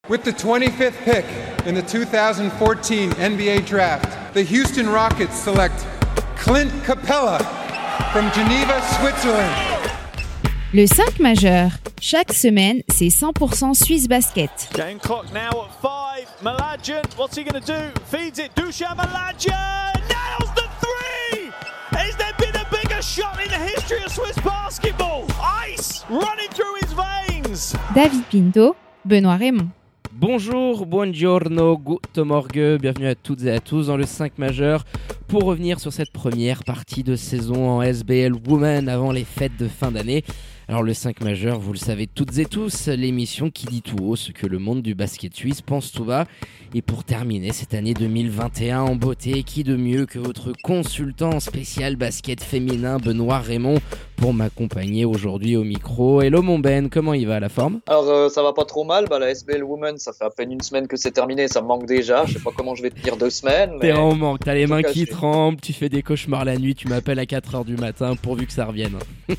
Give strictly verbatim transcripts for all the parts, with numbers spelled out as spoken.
With the twenty-fifth pick in the two thousand fourteen N B A Draft, the Houston Rockets select Clint Capella from Geneva, Switzerland. Le cinq majeur. Chaque semaine, c'est cent pour cent Suisse Basket. Game clock now at five. Malajan, what's he going to do? Feeds it. Dusan Malajan nails the three. Has there been a bigger shot in the history of Swiss basketball? Ice running through his veins. David Pinto, Benoît Raymond. Bonjour, buongiorno, guten morgue, bienvenue à toutes et à tous dans le cinq majeur pour revenir sur cette première partie de saison en S B L Women avant les fêtes de fin d'année. Alors le cinq majeur, vous le savez toutes et tous, l'émission qui dit tout haut ce que le monde du basket suisse pense tout bas. Et pour terminer cette année deux mille vingt et un en beauté, qui de mieux que votre consultant spécial basket féminin Benoît Raymond pour m'accompagner aujourd'hui au micro. Hello mon Ben, comment il va à la forme? Alors euh, ça va pas trop mal, bah, la S B L Women ça fait à peine une semaine que c'est terminé, ça me manque déjà, je sais pas comment je vais tenir deux semaines. Mais... T'es en manque, t'as les mains cas, qui j'ai... tremblent, tu fais des cauchemars la nuit, tu m'appelles à quatre heures du matin pourvu que ça revienne.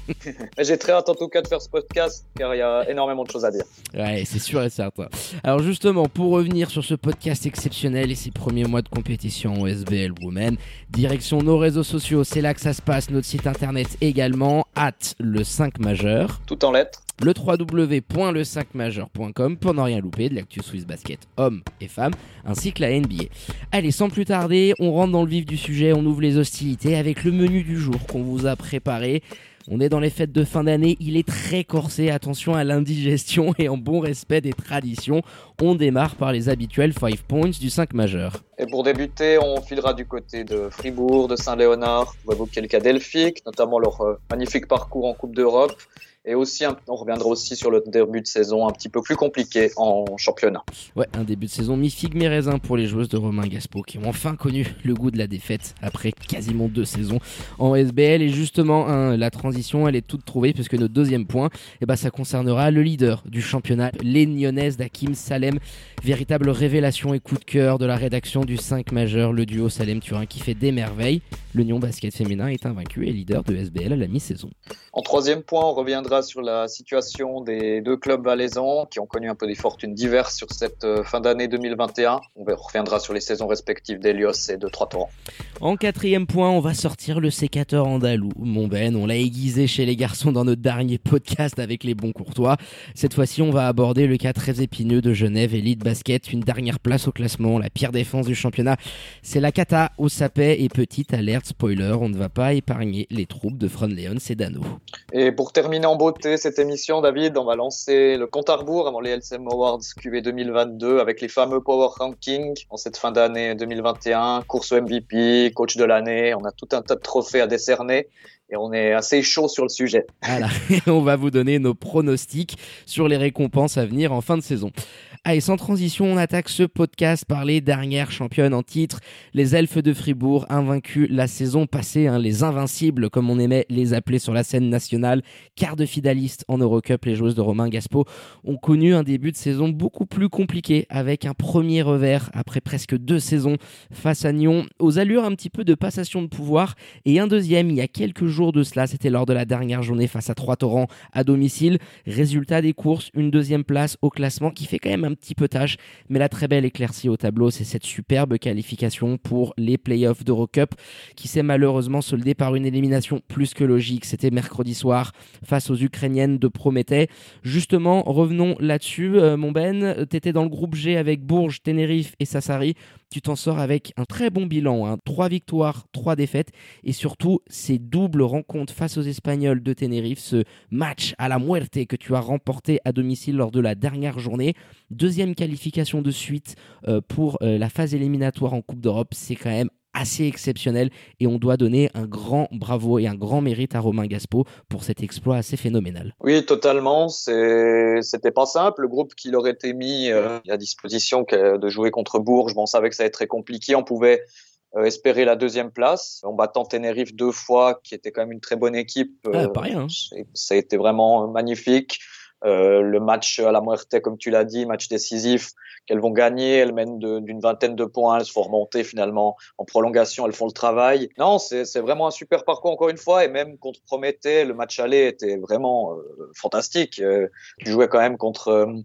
J'ai très hâte en tout cas de faire ce podcast car il y a énormément de choses à dire. Ouais, c'est sûr et certain. Alors justement, pour revenir sur ce podcast exceptionnel et ses premiers mois de compétition au S B L Women, direction nos réseaux sociaux, c'est là que ça se passe, notre site internet également, at le cinq majeur. Tout en lettres. Le w w w point le cinq majeur point com pour ne rien louper de l'actu Swiss Basket hommes et femmes, ainsi que la N B A. Allez, sans plus tarder, on rentre dans le vif du sujet, on ouvre les hostilités avec le menu du jour qu'on vous a préparé. On est dans les fêtes de fin d'année, il est très corsé, attention à l'indigestion et en bon respect des traditions. On démarre par les habituels five points du cinq majeur. Et pour débuter, on filera du côté de Fribourg, de Saint-Léonard, on va évoquer le cas d'Elphick, notamment leur euh, magnifique parcours en Coupe d'Europe. Et aussi, on reviendra aussi sur le début de saison un petit peu plus compliqué en championnat. Ouais, un début de saison mi-figue mi-raisin pour les joueuses de Romain Gaspo qui ont enfin connu le goût de la défaite après quasiment deux saisons en S B L. Et justement, hein, la transition, elle est toute trouvée puisque notre deuxième point, eh ben, ça concernera le leader du championnat, les Nyonnaises d'Hakim Salem. Véritable révélation et coup de cœur de la rédaction du cinq majeur, le duo Salem-Turin qui fait des merveilles. Le Nyon basket féminin est invaincu et leader de S B L à la mi-saison. En troisième point, on reviendra sur la situation des deux clubs valaisans qui ont connu un peu des fortunes diverses sur cette fin d'année deux mille vingt et un. On reviendra sur les saisons respectives d'Elios et de Trois-Torrents. En quatrième point, on va sortir le sécateur andalou. Mon Ben, on l'a aiguisé chez les garçons dans notre dernier podcast avec les bons courtois. Cette fois-ci, on va aborder le cas très épineux de Genève Elite Basket. Une dernière place au classement, la pire défense du championnat. C'est la cata au sapet et petite alerte spoiler, on ne va pas épargner les troupes de Fron-Léon Sedano. Et pour terminer en beauté cette émission, David, on va lancer le compte à rebours avant les L C M Awards Q V deux mille vingt-deux avec les fameux Power Rankings en cette fin d'année deux mille vingt et un, course au M V P, coach de l'année, on a tout un tas de trophées à décerner. Et on est assez chaud sur le sujet. Voilà, on va vous donner nos pronostics sur les récompenses à venir en fin de saison. Allez, sans transition, on attaque ce podcast par les dernières championnes en titre. Les Elfes de Fribourg, invaincus la saison passée, hein, les invincibles, comme on aimait les appeler sur la scène nationale. Quart de finaliste en Eurocup, les joueuses de Romain Gaspo ont connu un début de saison beaucoup plus compliqué, avec un premier revers après presque deux saisons face à Nyon, aux allures un petit peu de passation de pouvoir, et un deuxième il y a quelques jours de cela, c'était lors de la dernière journée face à Trois-Torrents à domicile. Résultat des courses, une deuxième place au classement qui fait quand même un petit peu tâche, mais la très belle éclaircie au tableau, c'est cette superbe qualification pour les playoffs d'Eurocup qui s'est malheureusement soldée par une élimination plus que logique. C'était mercredi soir face aux Ukrainiennes de Prométhée. Justement, revenons là-dessus. Euh, mon Ben, t'étais dans le groupe G avec Bourges, Tenerife et Sassari. Tu t'en sors avec un très bon bilan, hein. trois victoires, trois défaites et surtout ces doubles rencontres face aux Espagnols de Tenerife, ce match à la muerte que tu as remporté à domicile lors de la dernière journée. Deuxième qualification de suite euh, pour euh, la phase éliminatoire en Coupe d'Europe, c'est quand même assez exceptionnel et on doit donner un grand bravo et un grand mérite à Romain Gaspo pour cet exploit assez phénoménal. Oui, totalement. C'est... C'était pas simple. Le groupe qui leur était mis euh, à disposition de jouer contre Bourges, bon, on savait que ça allait être très compliqué. On pouvait euh, espérer la deuxième place en battant Tenerife deux fois, qui était quand même une très bonne équipe. Ah, pas rien. Euh, ça a été vraiment magnifique. Euh, le match à la Muerte, comme tu l'as dit, match décisif qu'elles vont gagner, elles mènent de, d'une vingtaine de points, elles se font remonter finalement en prolongation, elles font le travail. Non, c'est, c'est vraiment un super parcours encore une fois, et même contre Prométhée, le match aller était vraiment euh, fantastique. Euh, tu jouais quand même contre euh,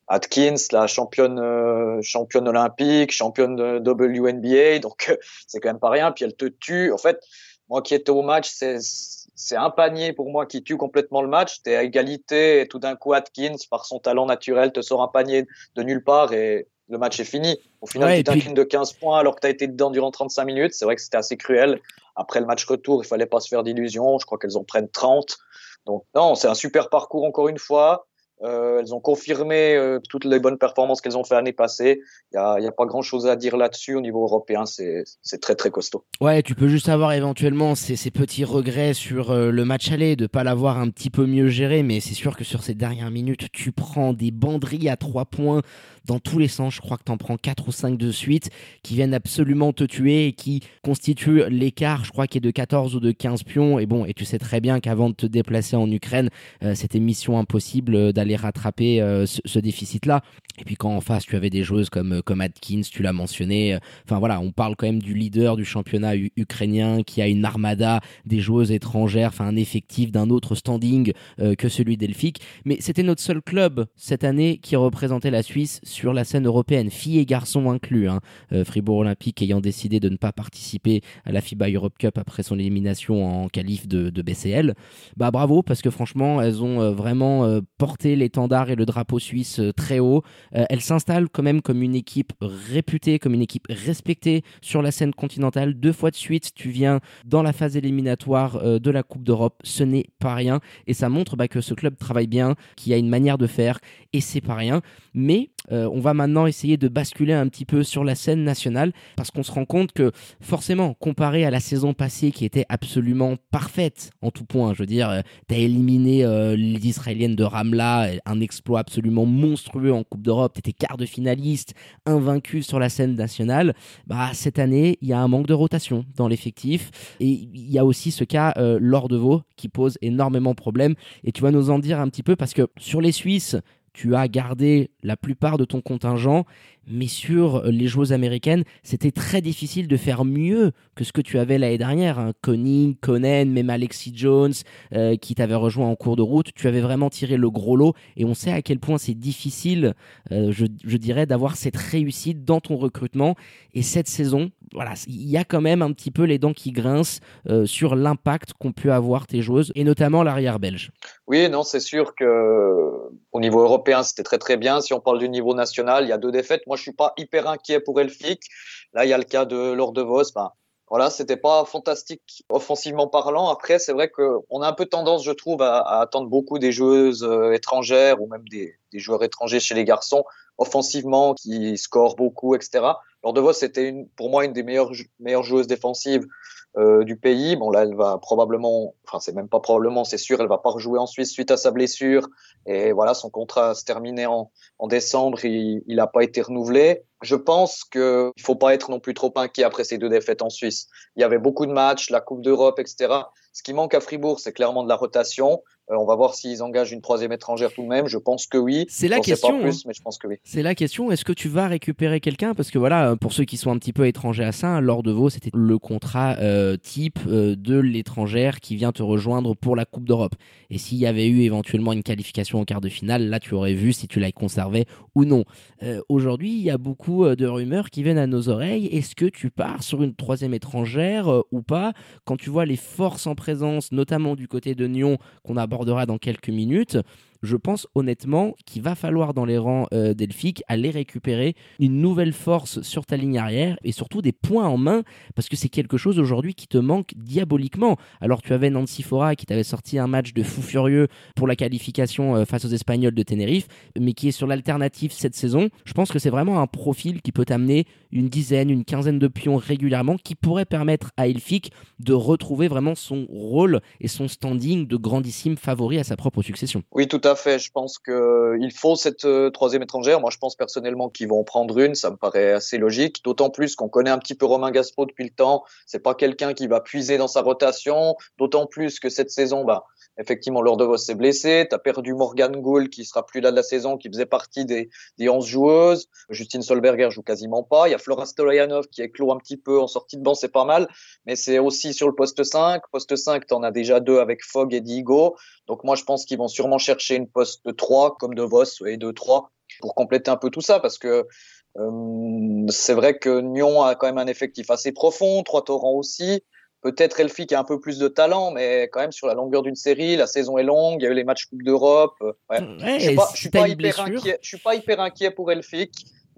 Atkins, la championne, euh, championne olympique, championne de W N B A, donc euh, c'est quand même pas rien. Puis elle te tue. En fait, moi qui étais au match, c'est c'est un panier pour moi qui tue complètement le match. T'es à égalité et tout d'un coup Atkins, par son talent naturel, te sort un panier de nulle part et le match est fini. Au final, Ouais, tu et puis- t'inclines de quinze points alors que t'as été dedans durant trente-cinq minutes. C'est vrai que c'était assez cruel. Après le match retour, il fallait pas se faire d'illusions. Je crois qu'elles en prennent trente. Donc non, c'est un super parcours encore une fois. Euh, elles ont confirmé euh, toutes les bonnes performances qu'elles ont fait l'année passée. Il y a, y a pas grand-chose à dire là-dessus au niveau européen. C'est, c'est très très costaud. Ouais, tu peux juste avoir éventuellement ces, ces petits regrets sur euh, le match aller, de pas l'avoir un petit peu mieux géré, mais c'est sûr que sur ces dernières minutes, tu prends des banderies à trois points dans tous les sens. Je crois que tu en prends quatre ou cinq de suite qui viennent absolument te tuer et qui constituent l'écart, je crois, qui est de quatorze ou de quinze pions. Et bon, et tu sais très bien qu'avant de te déplacer en Ukraine, euh, c'était mission impossible euh, d'aller rattraper euh, ce, ce déficit-là. Et puis quand en face, tu avais des joueuses comme, comme Atkins, tu l'as mentionné. Enfin euh, voilà, on parle quand même du leader du championnat u- ukrainien qui a une armada des joueuses étrangères, enfin un effectif d'un autre standing euh, que celui d'Elphick. Mais c'était notre seul club cette année qui représentait la Suisse sur la scène européenne, filles et garçons inclus. Hein. Euh, Fribourg Olympique ayant décidé de ne pas participer à la FIBA Europe Cup après son élimination en qualif de, de B C L. Bah bravo, parce que franchement, elles ont euh, vraiment euh, porté l'étendard et le drapeau suisse euh, très haut. Euh, elles s'installent quand même comme une équipe réputée, comme une équipe respectée sur la scène continentale. Deux fois de suite, tu viens dans la phase éliminatoire euh, de la Coupe d'Europe. Ce n'est pas rien. Et ça montre bah, que ce club travaille bien, qu'il y a une manière de faire, et c'est pas rien. Mais euh, on va maintenant essayer de basculer un petit peu sur la scène nationale, parce qu'on se rend compte que forcément, comparé à la saison passée qui était absolument parfaite en tout point, je veux dire, euh, t'as éliminé euh, les Israéliennes de Ramla, un exploit absolument monstrueux en Coupe d'Europe, t'étais quart de finaliste, invaincu sur la scène nationale. Bah, cette année, il y a un manque de rotation dans l'effectif, et il y a aussi ce cas euh, Lordevaux qui pose énormément de problèmes, et tu vas nous en dire un petit peu, parce que sur les Suisses, tu as gardé la plupart de ton contingent, mais sur les joueuses américaines, c'était très difficile de faire mieux que ce que tu avais l'année dernière. Hein. Conning, Conen, même Alexis Jones, euh, qui t'avait rejoint en cours de route, tu avais vraiment tiré le gros lot, et on sait à quel point c'est difficile, euh, je, je dirais, d'avoir cette réussite dans ton recrutement. Et cette saison, voilà, il y a quand même un petit peu les dents qui grincent euh, sur l'impact qu'ont pu avoir tes joueuses, et notamment l'arrière belge. Oui, non, c'est sûr que au niveau européen, c'était très très bien. Si on parle du niveau national, il y a deux défaites. Moi, je suis pas hyper inquiet pour Elphick. Là, il y a le cas de Lordevaux. Ben, voilà, c'était pas fantastique offensivement parlant. Après, c'est vrai que on a un peu tendance, je trouve, à, à attendre beaucoup des joueuses euh, étrangères ou même des, des joueurs étrangers chez les garçons offensivement qui scorent beaucoup, et cetera. Lordevaux, c'était une, pour moi une des meilleures meilleures joueuses défensives Euh, du pays. Bon, là, elle va probablement, enfin, c'est même pas probablement, c'est sûr, elle va pas rejouer en Suisse suite à sa blessure. Et voilà, son contrat se terminait en, en décembre, il, il a pas été renouvelé. Je pense que il faut pas être non plus trop inquiet après ces deux défaites en Suisse. Il y avait beaucoup de matchs, la Coupe d'Europe, et cetera. Ce qui manque à Fribourg, c'est clairement de la rotation. Euh, on va voir s'ils engagent une troisième étrangère tout de même. Je pense que oui. C'est la J'en question. sais pas plus, hein. mais je pense que oui. C'est la question. Est-ce que tu vas récupérer quelqu'un? Parce que voilà, pour ceux qui sont un petit peu étrangers à ça, Lordevaux, c'était le contrat euh, type euh, de l'étrangère qui vient te rejoindre pour la Coupe d'Europe. Et s'il y avait eu éventuellement une qualification en quart de finale, là, tu aurais vu si tu l'avais conservé ou non. Euh, aujourd'hui, il y a beaucoup de rumeurs qui viennent à nos oreilles. Est-ce que tu pars sur une troisième étrangère euh, ou pas? Quand tu vois les forces en présence, notamment du côté de Nyon, qu'on abordera dans quelques minutes, je pense honnêtement qu'il va falloir dans les rangs euh, d'Elphick aller récupérer une nouvelle force sur ta ligne arrière et surtout des points en main, parce que c'est quelque chose aujourd'hui qui te manque diaboliquement. Alors tu avais Nancy Fora qui t'avait sorti un match de fou furieux pour la qualification euh, face aux Espagnols de Tenerife, mais qui est sur l'alternative cette saison. Je pense que c'est vraiment un profil qui peut t'amener une dizaine, une quinzaine de pions régulièrement, qui pourrait permettre à Elphick de retrouver vraiment son rôle et son standing de grandissime favori à sa propre succession. Oui, tout à fait. Je pense que il faut cette euh, troisième étrangère. Moi, je pense personnellement qu'ils vont en prendre une. Ça me paraît assez logique. D'autant plus qu'on connaît un petit peu Romain Gaspo depuis le temps. C'est pas quelqu'un qui va puiser dans sa rotation. D'autant plus que cette saison, bah, effectivement, Lordevaux s'est blessé. T'as perdu Morgane Gould qui sera plus là de la saison, qui faisait partie des, des onze joueuses. Justine Solberger joue quasiment pas. Il y a Flora Stolojanov qui est clos un petit peu en sortie de banc, c'est pas mal. Mais c'est aussi sur le poste cinq. Poste cinq, t'en as déjà deux avec Fogg et Digo. Donc moi, je pense qu'ils vont sûrement chercher une poste trois, comme De Vos et deux trois. pour compléter un peu tout ça, parce que euh, c'est vrai que Nyon a quand même un effectif assez profond, Trois Torrents aussi. Peut-être Elphick qui a un peu plus de talent, mais quand même sur la longueur d'une série, la saison est longue, il y a eu les matchs Coupe d'Europe. Ouais. Ouais, je suis pas, je suis pas hyper blessure. inquiet. Je suis pas hyper inquiet pour Elphick,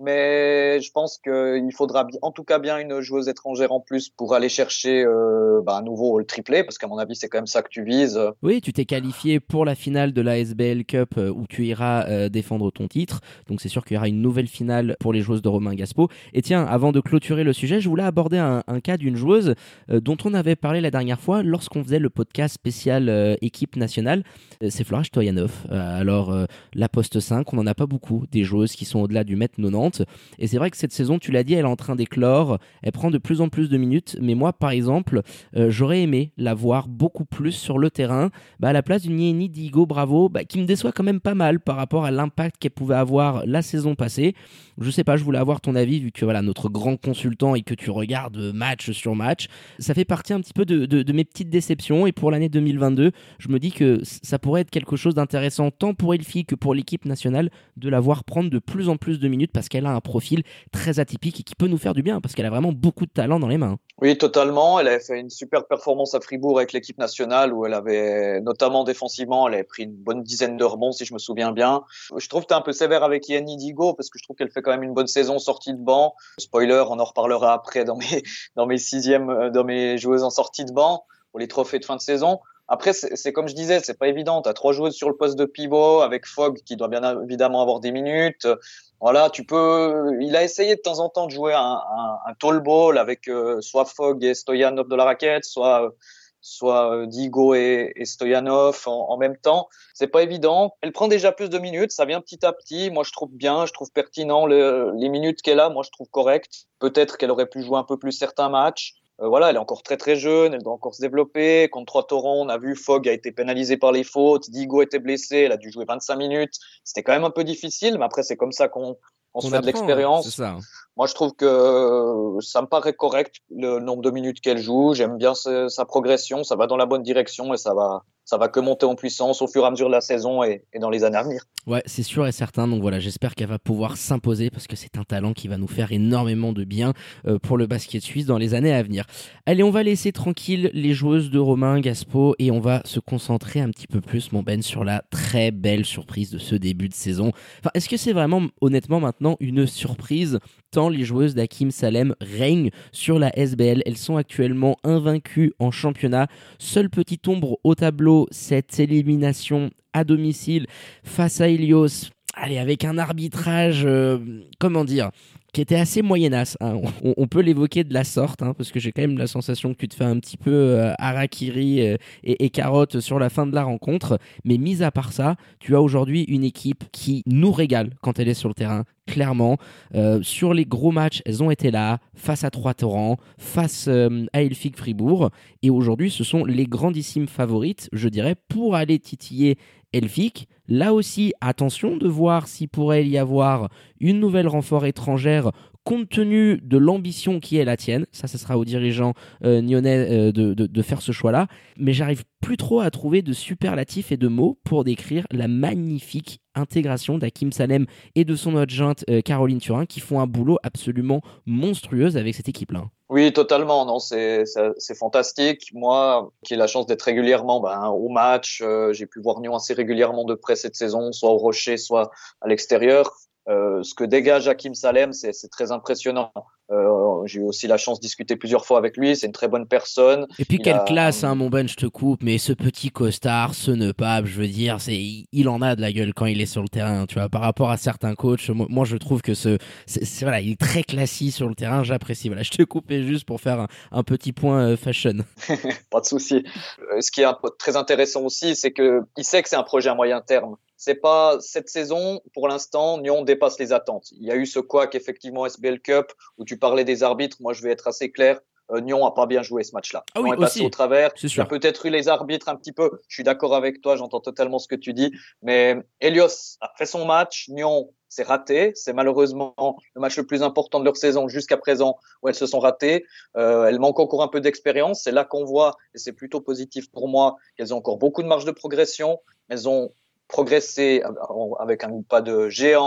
mais je pense qu'il faudra en tout cas bien une joueuse étrangère en plus pour aller chercher euh, bah, à nouveau le triplé, parce qu'à mon avis c'est quand même ça que tu vises. Oui, tu t'es qualifié pour la finale de la S B L Cup euh, où tu iras euh, défendre ton titre, donc c'est sûr qu'il y aura une nouvelle finale pour les joueuses de Romain Gaspo. Et tiens, avant de clôturer le sujet, je voulais aborder un, un cas d'une joueuse euh, dont on avait parlé la dernière fois lorsqu'on faisait le podcast spécial euh, équipe nationale, euh, c'est Flora Stoyanov. Euh, alors euh, la poste cinq, on n'en a pas beaucoup des joueuses qui sont au-delà du mètre quatre-vingt-dix. Et c'est vrai que cette saison, tu l'as dit, elle est en train d'éclore, elle prend de plus en plus de minutes, mais moi par exemple, euh, j'aurais aimé la voir beaucoup plus sur le terrain, bah, à la place d'une Yeni Digo Bravo, bah, qui me déçoit quand même pas mal par rapport à l'impact qu'elle pouvait avoir la saison passée. Je sais pas, je voulais avoir ton avis, vu que voilà, notre grand consultant et que tu regardes match sur match. Ça fait partie un petit peu de, de, de mes petites déceptions, et pour l'année deux mille vingt-deux, je me dis que ça pourrait être quelque chose d'intéressant tant pour Elphick que pour l'équipe nationale de la voir prendre de plus en plus de minutes, parce qu'elle a un profil très atypique et qui peut nous faire du bien, parce qu'elle a vraiment beaucoup de talent dans les mains. Oui, totalement. Elle avait fait une super performance à Fribourg avec l'équipe nationale, où elle avait, notamment défensivement, elle avait pris une bonne dizaine de rebonds, si je me souviens bien. Je trouve que t'es un peu sévère avec Yeni Digo, parce que je trouve qu'elle fait quand même une bonne saison sortie de banc. Spoiler, on en reparlera après dans mes, dans mes sixièmes, dans mes joueuses en sortie de banc, pour les trophées de fin de saison. Après, c'est, c'est comme je disais, c'est pas évident. T'as trois joueuses sur le poste de pivot, avec Fogg qui doit bien évidemment avoir des minutes. Voilà, tu peux. Il a essayé de temps en temps de jouer un, un, un tall ball avec euh, soit Fogg et Stoyanov de la raquette, soit soit euh, Digo et, et Stoyanov en, en même temps. C'est pas évident. Elle prend déjà plus de minutes, ça vient petit à petit. Moi, je trouve bien, je trouve pertinent le, les minutes qu'elle a. Moi, je trouve correct. Peut-être qu'elle aurait pu jouer un peu plus certains matchs. Euh, voilà, elle est encore très très jeune, elle doit encore se développer. Contre Trois Torrents, on a vu Fogg a été pénalisé par les fautes, Digo était blessé, elle a dû jouer vingt-cinq minutes. C'était quand même un peu difficile, mais après c'est comme ça qu'on, on qu'on se fait apprend, de l'expérience. C'est ça. Moi, je trouve que ça me paraît correct le nombre de minutes qu'elle joue. J'aime bien sa, sa progression, ça va dans la bonne direction et ça va, ça va que monter en puissance au fur et à mesure de la saison et, et dans les années à venir. Ouais, c'est sûr et certain. Donc voilà, j'espère qu'elle va pouvoir s'imposer, parce que c'est un talent qui va nous faire énormément de bien euh, pour le basket suisse dans les années à venir. Allez, on va laisser tranquille les joueuses de Romain Gaspo et on va se concentrer un petit peu plus, mon Ben, sur la très belle surprise de ce début de saison. Enfin, est-ce que c'est vraiment, honnêtement, maintenant une surprise, tant les joueuses d'Hakim Salem règnent sur la S B L. Elles sont actuellement invaincues en championnat. Seule petite ombre au tableau, cette élimination à domicile face à Helios. Allez, avec un arbitrage, euh, comment dire, qui était assez moyenasse, hein. on, on peut l'évoquer de la sorte, hein, parce que j'ai quand même la sensation que tu te fais un petit peu euh, harakiri euh, et, et carotte sur la fin de la rencontre, mais mis à part ça, tu as aujourd'hui une équipe qui nous régale quand elle est sur le terrain, clairement. Euh, sur les gros matchs, elles ont été là, face à Trois Torrents, face euh, à Elphick Fribourg, et aujourd'hui ce sont les grandissimes favorites, je dirais, pour aller titiller Elphick. Là aussi, attention de voir s'il pourrait y avoir une nouvelle renfort étrangère compte tenu de l'ambition qui est la tienne. Ça, ce sera aux dirigeants euh, nyonnais euh, de, de, de faire ce choix-là. Mais j'arrive plus trop à trouver de superlatifs et de mots pour décrire la magnifique intégration d'Hakim Salem et de son adjointe euh, Caroline Turin, qui font un boulot absolument monstrueux avec cette équipe-là. Oui, totalement. Non, c'est, c'est, c'est fantastique. Moi, qui ai la chance d'être régulièrement ben, au match, euh, j'ai pu voir Nyon assez régulièrement de près cette saison, soit au Rocher, soit à l'extérieur. Euh, ce que dégage Hakim Salem, c'est, c'est très impressionnant. Euh, j'ai eu aussi la chance de discuter plusieurs fois avec lui. C'est une très bonne personne. Et puis il quelle a... classe, hein, mon Ben, je te coupe, mais ce petit costard, ce ne pas, je veux dire, c'est, il en a de la gueule quand il est sur le terrain, tu vois, par rapport à certains coachs. Moi, moi je trouve que ce, c'est, c'est, voilà, il est très classique sur le terrain, j'apprécie. Voilà, je te coupais juste pour faire un, un petit point euh, fashion. Pas de souci. Euh, ce qui est un peu très intéressant aussi, c'est que il sait que c'est un projet à moyen terme. C'est pas cette saison, pour l'instant, Nyon dépasse les attentes. Il y a eu ce couac effectivement S B L Cup où tu parlais des arbitres. Moi, je vais être assez clair. Euh, Nyon a pas bien joué ce match-là. Ah oui, Nyon est passé aussi. au travers. C'est sûr. Il y a peut-être eu les arbitres un petit peu. Je suis d'accord avec toi. J'entends totalement ce que tu dis. Mais Helios a fait son match. Nyon s'est raté. C'est malheureusement le match le plus important de leur saison jusqu'à présent où elles se sont ratées. Euh, elles manquent encore un peu d'expérience. C'est là qu'on voit, et c'est plutôt positif pour moi, qu'elles ont encore beaucoup de marge de progression. Elles ont progressé avec un pas de géant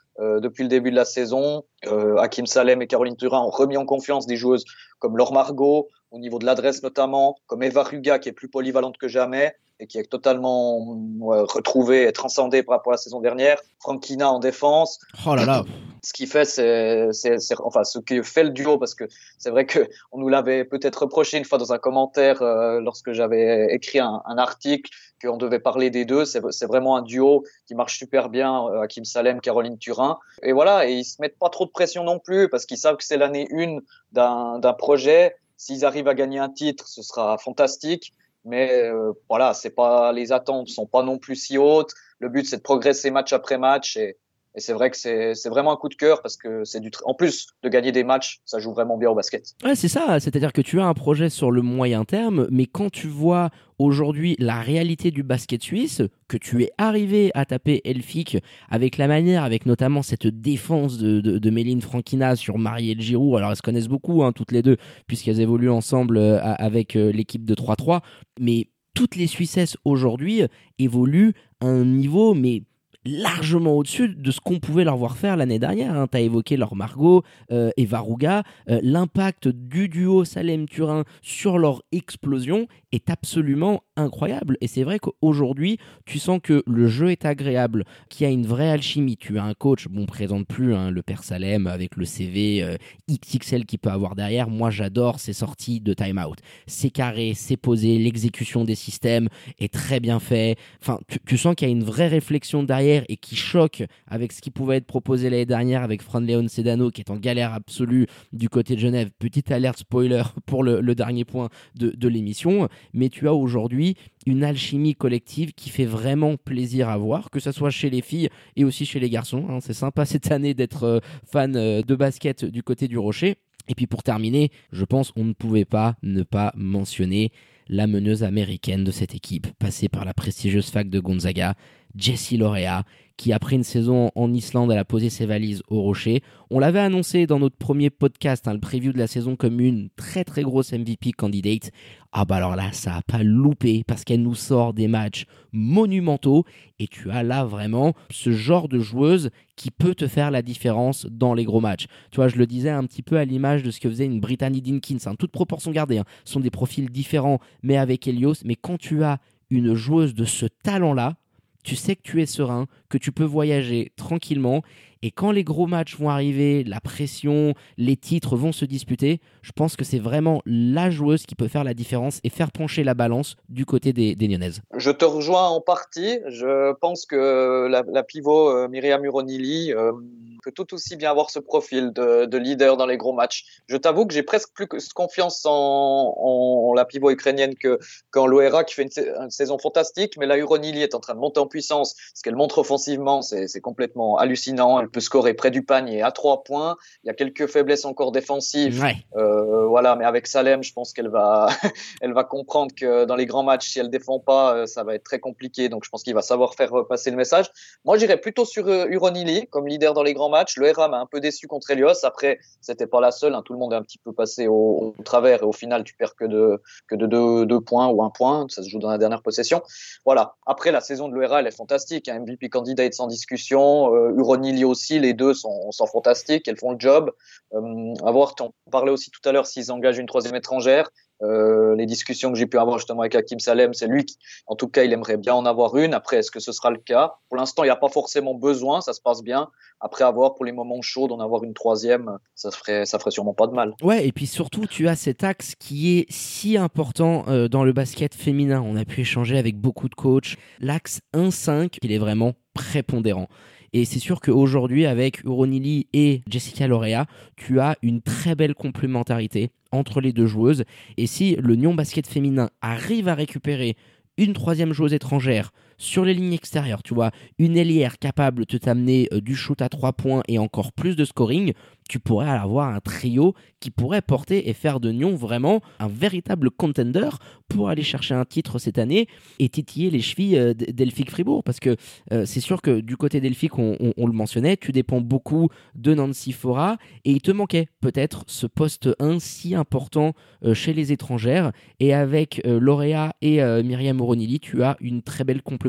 euh, depuis le début de la saison. Euh, Hakim Salem et Caroline Turin ont remis en confiance des joueuses comme Laure Margot, au niveau de l'adresse notamment, comme Eva Ruga qui est plus polyvalente que jamais et qui est totalement ouais, retrouvée et transcendée par rapport à la saison dernière. Frankina en défense. Oh là là. Ce qui fait, c'est, c'est, c'est, enfin, ce qui fait le duo, parce que c'est vrai que on nous l'avait peut-être reproché une fois dans un commentaire euh, lorsque j'avais écrit un, un article qu'on devait parler des deux. C'est, c'est vraiment un duo qui marche super bien, euh, Hakim Salem, Caroline Turin. Et voilà, et ils se mettent pas trop de pression non plus parce qu'ils savent que c'est l'année une d'un, d'un projet. S'ils arrivent à gagner un titre, ce sera fantastique. Mais euh, voilà, c'est pas, les attentes sont pas non plus si hautes. Le but, c'est de progresser match après match et Et c'est vrai que c'est, c'est vraiment un coup de cœur parce que c'est du, en plus de gagner des matchs, ça joue vraiment bien au basket. Ouais, c'est ça. C'est-à-dire que tu as un projet sur le moyen terme, mais quand tu vois aujourd'hui la réalité du basket suisse, que tu es arrivé à taper Elphick avec la manière, avec notamment cette défense de, de, de Méline Frankina sur Marielle Giroux. Alors elles se connaissent beaucoup, hein, toutes les deux, puisqu'elles évoluent ensemble euh, avec euh, l'équipe de trois trois. Mais toutes les Suissesses aujourd'hui évoluent à un niveau, mais largement au-dessus de ce qu'on pouvait leur voir faire l'année dernière. Hein. Tu as évoqué leur Margot, euh, Eva Ruga. Euh, l'impact du duo Salem-Turin sur leur explosion est absolument incroyable. Et c'est vrai qu'aujourd'hui, tu sens que le jeu est agréable, qu'il y a une vraie alchimie. Tu as un coach, bon, présente plus hein, le père Salem avec le C V euh, X X L qu'il peut avoir derrière. Moi, j'adore ses sorties de time-out. C'est carré, c'est posé, l'exécution des systèmes est très bien fait. Enfin, tu, tu sens qu'il y a une vraie réflexion derrière et qui choque avec ce qui pouvait être proposé l'année dernière avec Fran Leon Sedano qui est en galère absolue du côté de Genève. Petite alerte spoiler pour le, le dernier point de, de l'émission, mais tu as aujourd'hui une alchimie collective qui fait vraiment plaisir à voir, que ce soit chez les filles et aussi chez les garçons. Hein. C'est sympa cette année d'être euh, fan euh, de basket du côté du Rocher. Et puis pour terminer, je pense qu'on ne pouvait pas ne pas mentionner la meneuse américaine de cette équipe, passée par la prestigieuse fac de Gonzaga, Jessie Laurea, qui après une saison en Islande, elle a posé ses valises au Rocher. On l'avait annoncé dans notre premier podcast, hein, le preview de la saison comme une très très grosse M V P candidate. Ah bah alors là, ça n'a pas loupé parce qu'elle nous sort des matchs monumentaux et tu as là vraiment ce genre de joueuse qui peut te faire la différence dans les gros matchs. Tu vois, je le disais un petit peu à l'image de ce que faisait une Brittany Dinkins, hein, toute proportion gardée, hein. Ce sont des profils différents mais avec Helios. Mais quand tu as une joueuse de ce talent-là, tu sais que tu es serein, que tu peux voyager tranquillement. Et quand les gros matchs vont arriver, la pression, les titres vont se disputer, je pense que c'est vraiment la joueuse qui peut faire la différence et faire pencher la balance du côté des, des Lyonnaises. Je te rejoins en partie. Je pense que la, la pivot euh, Myriam Uronili euh, peut tout aussi bien avoir ce profil de, de leader dans les gros matchs. Je t'avoue que j'ai presque plus confiance en, en, en la pivot ukrainienne que, qu'en Loera qui fait une, une saison fantastique. Mais la Uronili est en train de monter en puissance. Ce qu'elle montre offensivement, c'est, c'est complètement hallucinant. Elle peut scorer près du panier à trois points. Il y a quelques faiblesses encore défensives. Ouais. Euh, voilà, mais avec Salem, je pense qu'elle va, elle va comprendre que dans les grands matchs, si elle défend pas, ça va être très compliqué. Donc, je pense qu'il va savoir faire passer le message. Moi, j'irais plutôt sur euh, Uronili comme leader dans les grands matchs. Le R A m'a un peu déçu contre Helios. Après, c'était pas la seule. Hein. Tout le monde est un petit peu passé au, au travers et au final, tu perds que de que de deux, deux points ou un point. Ça se joue dans la dernière possession. Voilà. Après, la saison de l'E R A, elle est fantastique. Hein. M V P candidate sans discussion. Euh, Uronili aussi. Les deux sont, sont fantastiques. Elles font le job. Euh, à voir, on parlait aussi tout à l'heure s'ils engagent une troisième étrangère. Euh, les discussions que j'ai pu avoir justement avec Hakim Salem, c'est lui qui, en tout cas, il aimerait bien en avoir une. Après, est-ce que ce sera le cas? Pour l'instant, il n'y a pas forcément besoin, ça se passe bien. Après, avoir pour les moments chauds d'en avoir une troisième, ça ferait, ça ferait sûrement pas de mal. Ouais, et puis surtout, tu as cet axe qui est si important euh, dans le basket féminin. On a pu échanger avec beaucoup de coachs. L'axe un cinq, il est vraiment prépondérant. Et c'est sûr qu'aujourd'hui, avec Uronili et Jessica Laurea, tu as une très belle complémentarité entre les deux joueuses. Et si le Nyon Basket féminin arrive à récupérer une troisième joueuse étrangère sur les lignes extérieures, tu vois, une ailière capable de t'amener euh, du shoot à trois points et encore plus de scoring, tu pourrais avoir un trio qui pourrait porter et faire de Nyon vraiment un véritable contender pour aller chercher un titre cette année et titiller les chevilles euh, d'Elphick Fribourg. Parce que euh, c'est sûr que du côté d'Elphick, on, on, on le mentionnait, tu dépends beaucoup de Nancy Fora et il te manquait peut-être ce poste un si important euh, chez les étrangères. Et avec euh, Laurea et euh, Myriam Uronili, tu as une très belle complémentarité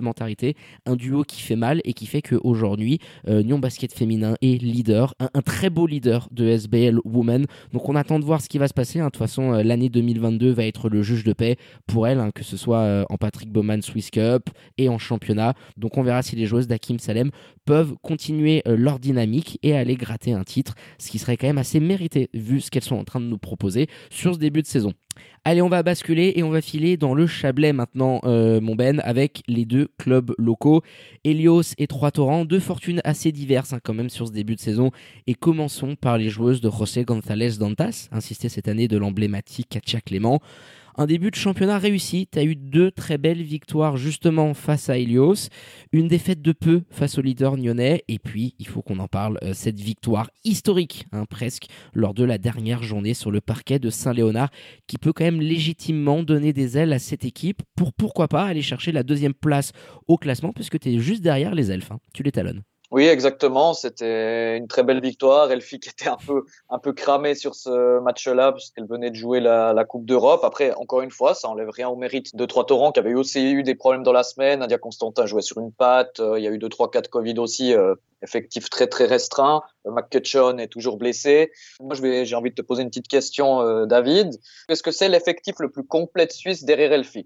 complémentarité, un duo qui fait mal et qui fait qu'aujourd'hui, euh, Nyon Basket Féminin est leader, un, un très beau leader de S B L Women. Donc on attend de voir ce qui va se passer. Hein. De toute façon, euh, l'année deux mille vingt-deux va être le juge de paix pour elle, hein, que ce soit euh, en Patrick Bowman Swiss Cup et en championnat. Donc on verra si les joueuses d'Hakim Salem peuvent continuer euh, leur dynamique et aller gratter un titre, ce qui serait quand même assez mérité vu ce qu'elles sont en train de nous proposer sur ce début de saison. Allez, on va basculer et on va filer dans le Chablais maintenant, euh, mon Ben, avec les deux clubs locaux, Helios et Trois-Torrents, deux fortunes assez diverses hein, quand même sur ce début de saison. Et commençons par les joueuses de José González Dantas, insisté cette année de l'emblématique Katia Clément. Un début de championnat réussi, tu as eu deux très belles victoires justement face à Helios, une défaite de peu face au leader nyonnais, et puis il faut qu'on en parle, euh, cette victoire historique hein, presque lors de la dernière journée sur le parquet de Saint-Léonard qui peut quand même légitimement donner des ailes à cette équipe pour pourquoi pas aller chercher la deuxième place au classement puisque tu es juste derrière les Elfes, hein. Tu les talonnes. Oui, exactement. C'était une très belle victoire. Elfie qui était un peu, un peu cramée sur ce match-là puisqu'elle venait de jouer la, la Coupe d'Europe. Après, encore une fois, ça enlève rien au mérite de Trois-Torrents qui avait aussi eu des problèmes dans la semaine. Nadia Constantin jouait sur une patte. Euh, il y a eu deux, trois cas de Covid aussi. Euh, effectif très, très restreint. Euh, McCutcheon est toujours blessé. Moi, je vais, j'ai envie de te poser une petite question, euh, David. Est-ce que c'est l'effectif le plus complet de Suisse derrière Elfie?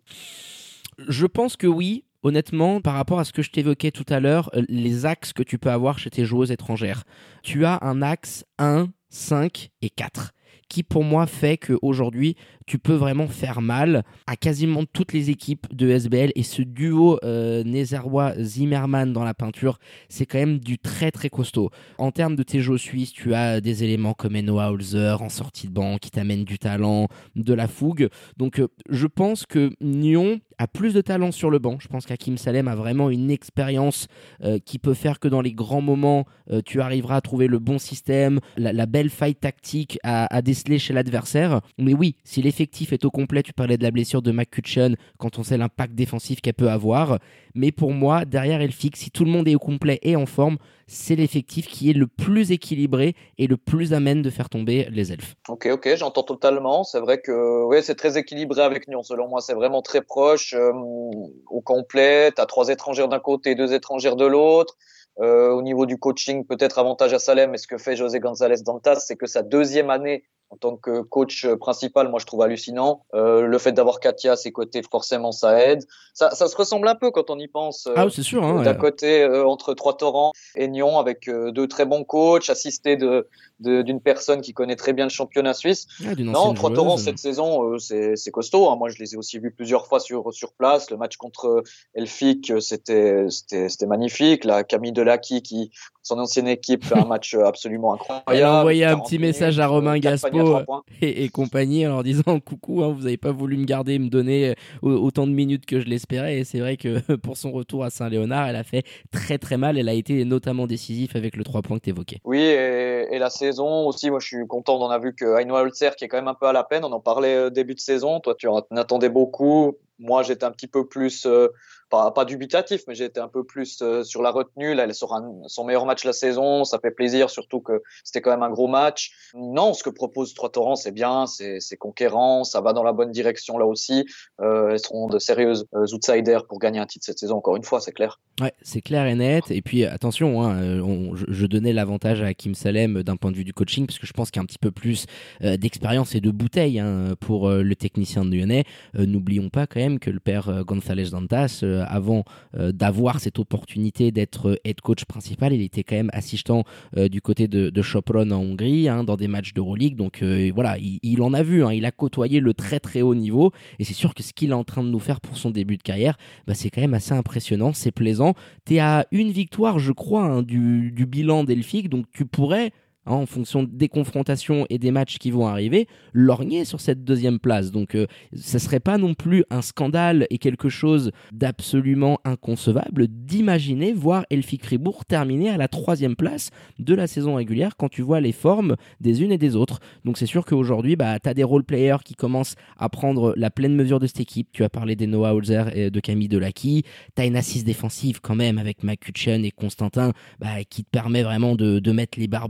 Je pense que oui. Honnêtement, par rapport à ce que je t'évoquais tout à l'heure, les axes que tu peux avoir chez tes joueuses étrangères. Tu as un axe un, cinq et quatre qui pour moi fait qu'aujourd'hui, tu peux vraiment faire mal à quasiment toutes les équipes de S B L et ce duo euh, Nézerrois-Zimmerman dans la peinture, c'est quand même du très très costaud. En termes de tes jeux suisses, tu as des éléments comme Noah Holzer en sortie de banc qui t'amènent du talent, de la fougue. Donc euh, je pense que Nyon a plus de talent sur le banc. Je pense qu'Hakim Salem a vraiment une expérience euh, qui peut faire que dans les grands moments, euh, tu arriveras à trouver le bon système, la, la belle faille tactique à, à déceler chez l'adversaire. Mais oui, si l'effectif est au complet, tu parlais de la blessure de McCutcheon quand on sait l'impact défensif qu'elle peut avoir. Mais pour moi, derrière Elfique, si tout le monde est au complet et en forme, c'est l'effectif qui est le plus équilibré et le plus à même de faire tomber les Elfes. Ok, ok, j'entends totalement. C'est vrai que ouais, c'est très équilibré avec Nyon. Selon moi, c'est vraiment très proche, euh, au complet. T'as trois étrangères d'un côté, deux étrangères de l'autre. Euh, au niveau du coaching, peut-être avantage à Salem. Mais ce que fait José González Dantas, c'est que sa deuxième année en tant que coach principal, moi je trouve hallucinant. Euh, le fait d'avoir Katia à ses côtés, forcément ça aide. Ça, ça se ressemble un peu quand on y pense. Euh, ah, c'est sûr. Hein, d'un ouais. côté, euh, entre Trois-Torrents et Nyon, avec euh, deux très bons coachs, assistés de, de, d'une personne qui connaît très bien le championnat suisse. Ah, non, Trois-Torrents cette saison, euh, c'est, c'est costaud. Hein. Moi, je les ai aussi vus plusieurs fois sur, sur place. Le match contre Elfique, c'était, c'était, c'était magnifique. La Camille Delacqui, qui, son ancienne équipe, fait un match absolument incroyable. Elle a envoyé un petit message à Romain minutes, Gaspo et, et compagnie en leur disant coucou, hein, vous n'avez pas voulu me garder et me donner autant de minutes que je l'espérais. Et c'est vrai que pour son retour à Saint-Léonard, elle a fait très très mal. Elle a été notamment décisive avec le trois points que tu évoquais. Oui, et, et la saison aussi, moi je suis content. On a vu que Ainoa Holzer, qui est quand même un peu à la peine, on en parlait début de saison. Toi, tu en attendais beaucoup. Moi, j'étais un petit peu plus, euh, pas, pas dubitatif, mais j'étais un peu plus euh, sur la retenue. Là, elle sera un, son meilleur match de la saison. Ça fait plaisir, surtout que c'était quand même un gros match. Non, ce que propose Trois-Torrents, c'est bien, c'est, c'est conquérant, ça va dans la bonne direction là aussi. Euh, elles seront de sérieuses euh, outsiders pour gagner un titre cette saison, encore une fois, c'est clair. Ouais, c'est clair et net. Et puis attention, hein, on, je, je donnais l'avantage à Hakim Salem d'un point de vue du coaching, parce que je pense qu'il y a un petit peu plus euh, d'expérience et de bouteille hein, pour euh, le technicien de lyonnais. Euh, n'oublions pas quand même que le père euh, González Dantas, euh, avant euh, d'avoir cette opportunité d'être euh, head coach principal, il était quand même assistant euh, du côté de, de Sopron en Hongrie, hein, dans des matchs d'Euroleague. Donc euh, voilà, il, il en a vu, hein, il a côtoyé le très très haut niveau. Et c'est sûr que ce qu'il est en train de nous faire pour son début de carrière, bah, c'est quand même assez impressionnant, c'est plaisant. T'es à une victoire, je crois, hein, du, du bilan d'Elfique, donc tu pourrais, hein, en fonction des confrontations et des matchs qui vont arriver, lorgner sur cette deuxième place. Donc euh, ça serait pas non plus un scandale et quelque chose d'absolument inconcevable d'imaginer voir Elfique Fribourg terminer à la troisième place de la saison régulière quand tu vois les formes des unes et des autres. Donc c'est sûr qu'aujourd'hui, bah, tu as des role-players qui commencent à prendre la pleine mesure de cette équipe. Tu as parlé des Noah Holzer et de Camille Delacqui. Tu as une assise défensive quand même avec McCutcheon et Constantin, bah, qui te permet vraiment de, de mettre les barbelés au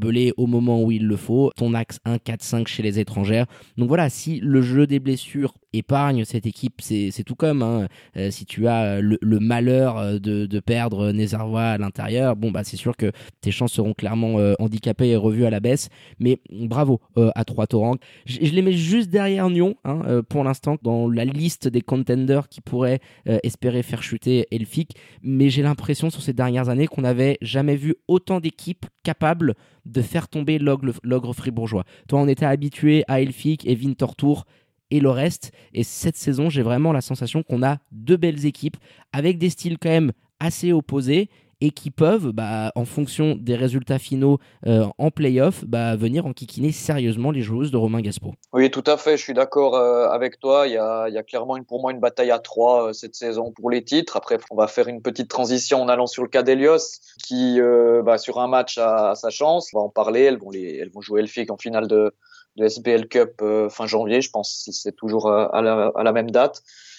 au moment où il le faut, ton axe un quatre cinq chez les étrangères. Donc voilà, si le jeu des blessures épargne cette équipe, c'est, c'est tout comme hein. euh, si tu as le, le malheur de, de perdre Nezerwa à l'intérieur, bon bah c'est sûr que tes chances seront clairement euh, handicapées et revues à la baisse, mais bravo euh, à Trois Torrents. Je, je les mets juste derrière Nyon hein, euh, pour l'instant dans la liste des contenders qui pourraient euh, espérer faire chuter Elphick, mais j'ai l'impression sur ces dernières années qu'on n'avait jamais vu autant d'équipes capables de faire tomber l'ogre, l'ogre fribourgeois. Toi, on était habitué à Elphick et Winterthur et le reste, et cette saison, j'ai vraiment la sensation qu'on a deux belles équipes avec des styles quand même assez opposés et qui peuvent, bah, en fonction des résultats finaux euh, en play-off, bah, venir enquiquiner sérieusement les joueuses de Romain Gaspo. Oui, tout à fait, je suis d'accord euh, avec toi. Il y a, il y a clairement une, pour moi une bataille à trois euh, cette saison pour les titres. Après, on va faire une petite transition en allant sur le cas d'Elios, qui euh, bah, sur un match a, a sa chance. On va en parler. Elles vont, les, elles vont jouer Elphick en finale de, de S B L Cup euh, fin janvier, je pense, si c'est toujours euh, à, la, à la même date.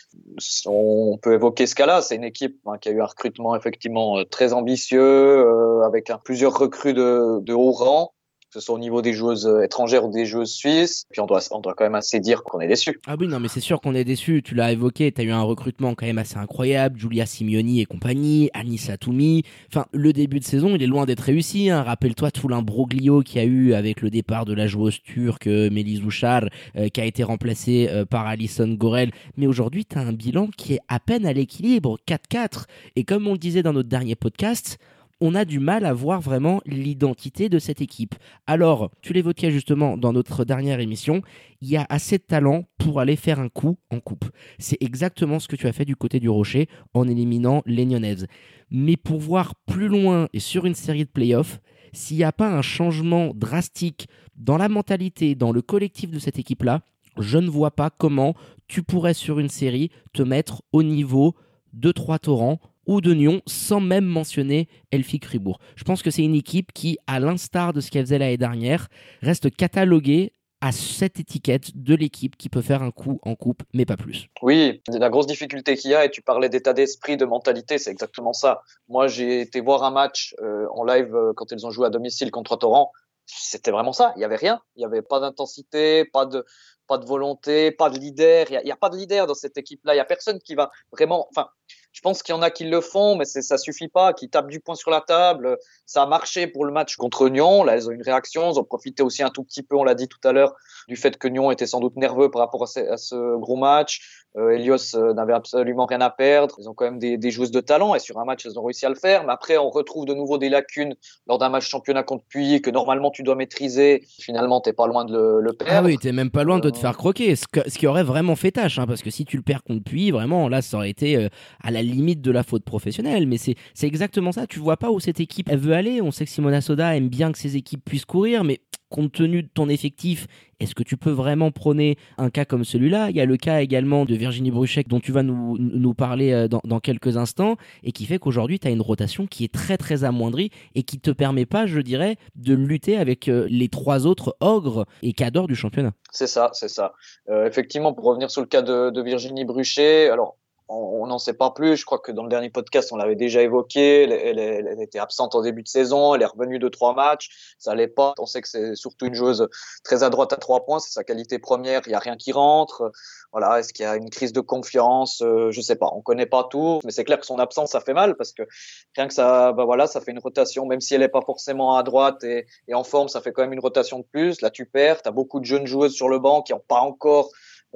On peut évoquer ce cas-là. C'est une équipe hein, qui a eu un recrutement effectivement très ambitieux, euh, avec un, plusieurs recrues de, de haut rang, que ce soit au niveau des joueuses étrangères ou des joueuses suisses. Puis on doit, on doit quand même assez dire qu'on est déçus. Ah oui, non, mais c'est sûr qu'on est déçus. Tu l'as évoqué, tu as eu un recrutement quand même assez incroyable. Julia Simeoni et compagnie, Anissa Toumi. Enfin, le début de saison, il est loin d'être réussi. Hein. Rappelle-toi tout l'imbroglio qu'il y a eu avec le départ de la joueuse turque Melis Ushar, euh, qui a été remplacée euh, par Alison Gorel. Mais aujourd'hui, tu as un bilan qui est à peine à l'équilibre, quatre quatre. Et comme on le disait dans notre dernier podcast, on a du mal à voir vraiment l'identité de cette équipe. Alors, tu l'évoquais justement dans notre dernière émission, il y a assez de talent pour aller faire un coup en coupe. C'est exactement ce que tu as fait du côté du Rocher en éliminant les Nyonnaises. Mais pour voir plus loin et sur une série de playoffs, s'il n'y a pas un changement drastique dans la mentalité, dans le collectif de cette équipe-là, je ne vois pas comment tu pourrais sur une série te mettre au niveau de Trois Torrents ou de Nyon, sans même mentionner Elphick Fribourg. Je pense que c'est une équipe qui, à l'instar de ce qu'elle faisait l'année dernière, reste cataloguée à cette étiquette de l'équipe qui peut faire un coup en coupe, mais pas plus. Oui, la grosse difficulté qu'il y a, et tu parlais d'état d'esprit, de mentalité, c'est exactement ça. Moi, j'ai été voir un match euh, en live euh, quand ils ont joué à domicile contre Trois Torrents. C'était vraiment ça. Il y avait rien. Il y avait pas d'intensité, pas de pas de volonté, pas de leader. Il y a, il y a pas de leader dans cette équipe-là. Il y a personne qui va vraiment. Enfin, je pense qu'il y en a qui le font, mais c'est, ça suffit pas, qui tapent du poing sur la table. Ça a marché pour le match contre Nyon. Là, elles ont une réaction. Ils ont profité aussi un tout petit peu, on l'a dit tout à l'heure, du fait que Nyon était sans doute nerveux par rapport à ce, à ce gros match. Euh, Elios euh, n'avait absolument rien à perdre. Ils ont quand même des, des joueuses de talent et sur un match, elles ont réussi à le faire. Mais après, on retrouve de nouveau des lacunes lors d'un match championnat contre Puy que normalement tu dois maîtriser. Finalement, t'es pas loin de le, le perdre. Ah oui, t'es même pas loin de te faire croquer. Ce, que, ce qui aurait vraiment fait tâche, hein, parce que si tu le perds contre Puy, vraiment, là, ça aurait été euh, à la limite de la faute professionnelle. Mais c'est, c'est exactement ça. Tu vois pas où cette équipe elle veut aller. On sait que Simona Soda aime bien que ses équipes puissent courir, mais compte tenu de ton effectif, est-ce que tu peux vraiment prôner un cas comme celui-là ? Il y a le cas également de Virginie Bruchek dont tu vas nous, nous parler dans, dans quelques instants et qui fait qu'aujourd'hui tu as une rotation qui est très très amoindrie et qui te permet pas, je dirais, de lutter avec les trois autres ogres et cadors du championnat. C'est ça, c'est ça. Euh, effectivement, pour revenir sur le cas de, de Virginie Bruchet, alors on n'en sait pas plus. Je crois que dans le dernier podcast, on l'avait déjà évoqué. Elle, elle, elle était absente en début de saison. Elle est revenue de trois matchs. Ça allait pas. On sait que c'est surtout une joueuse très adroite à trois points. C'est sa qualité première. Il y a rien qui rentre. Voilà. Est-ce qu'il y a une crise de confiance? euh, Je sais pas. On connaît pas tout, mais c'est clair que son absence, ça fait mal parce que rien que ça, bah voilà, ça fait une rotation. Même si elle est pas forcément à droite et, et en forme, ça fait quand même une rotation de plus. Là, tu perds. T'as beaucoup de jeunes joueuses sur le banc qui ont pas encore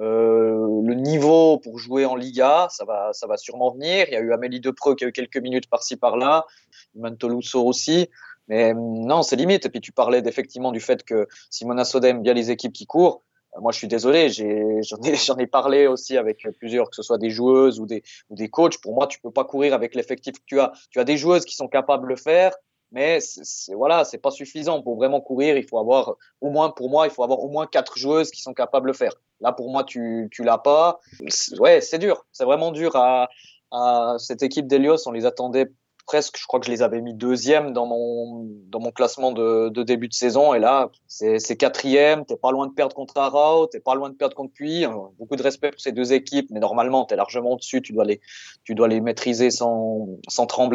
Euh, le niveau pour jouer en Liga, ça va, ça va sûrement venir. Il y a eu Amélie Depreux qui a eu quelques minutes par-ci par-là, Iman Tolusso aussi, mais non, c'est limite. Et puis tu parlais effectivement du fait que Simona Soda aime bien les équipes qui courent. Moi, je suis désolé, j'ai, j'en ai, j'en ai parlé aussi avec plusieurs, que ce soit des joueuses ou des, ou des coachs. Pour moi, tu peux pas courir avec l'effectif que tu as. Tu as des joueuses qui sont capables de le faire. Mais c'est, c'est, voilà, c'est pas suffisant pour vraiment courir. Il faut avoir au moins, pour moi, il faut avoir au moins quatre joueuses qui sont capables de le faire. Là, pour moi, tu, tu l'as pas. C'est, ouais, c'est dur. C'est vraiment dur à, à cette équipe d'Elios. On les attendait presque. Je crois que je les avais mis deuxième dans mon, dans mon classement de, de début de saison. Et là, c'est, c'est quatrième. T'es pas loin de perdre contre Arao. T'es pas loin de perdre contre Puy. Beaucoup de respect pour ces deux équipes. Mais normalement, t'es largement au-dessus. Tu dois les, tu dois les maîtriser sans, sans trembler.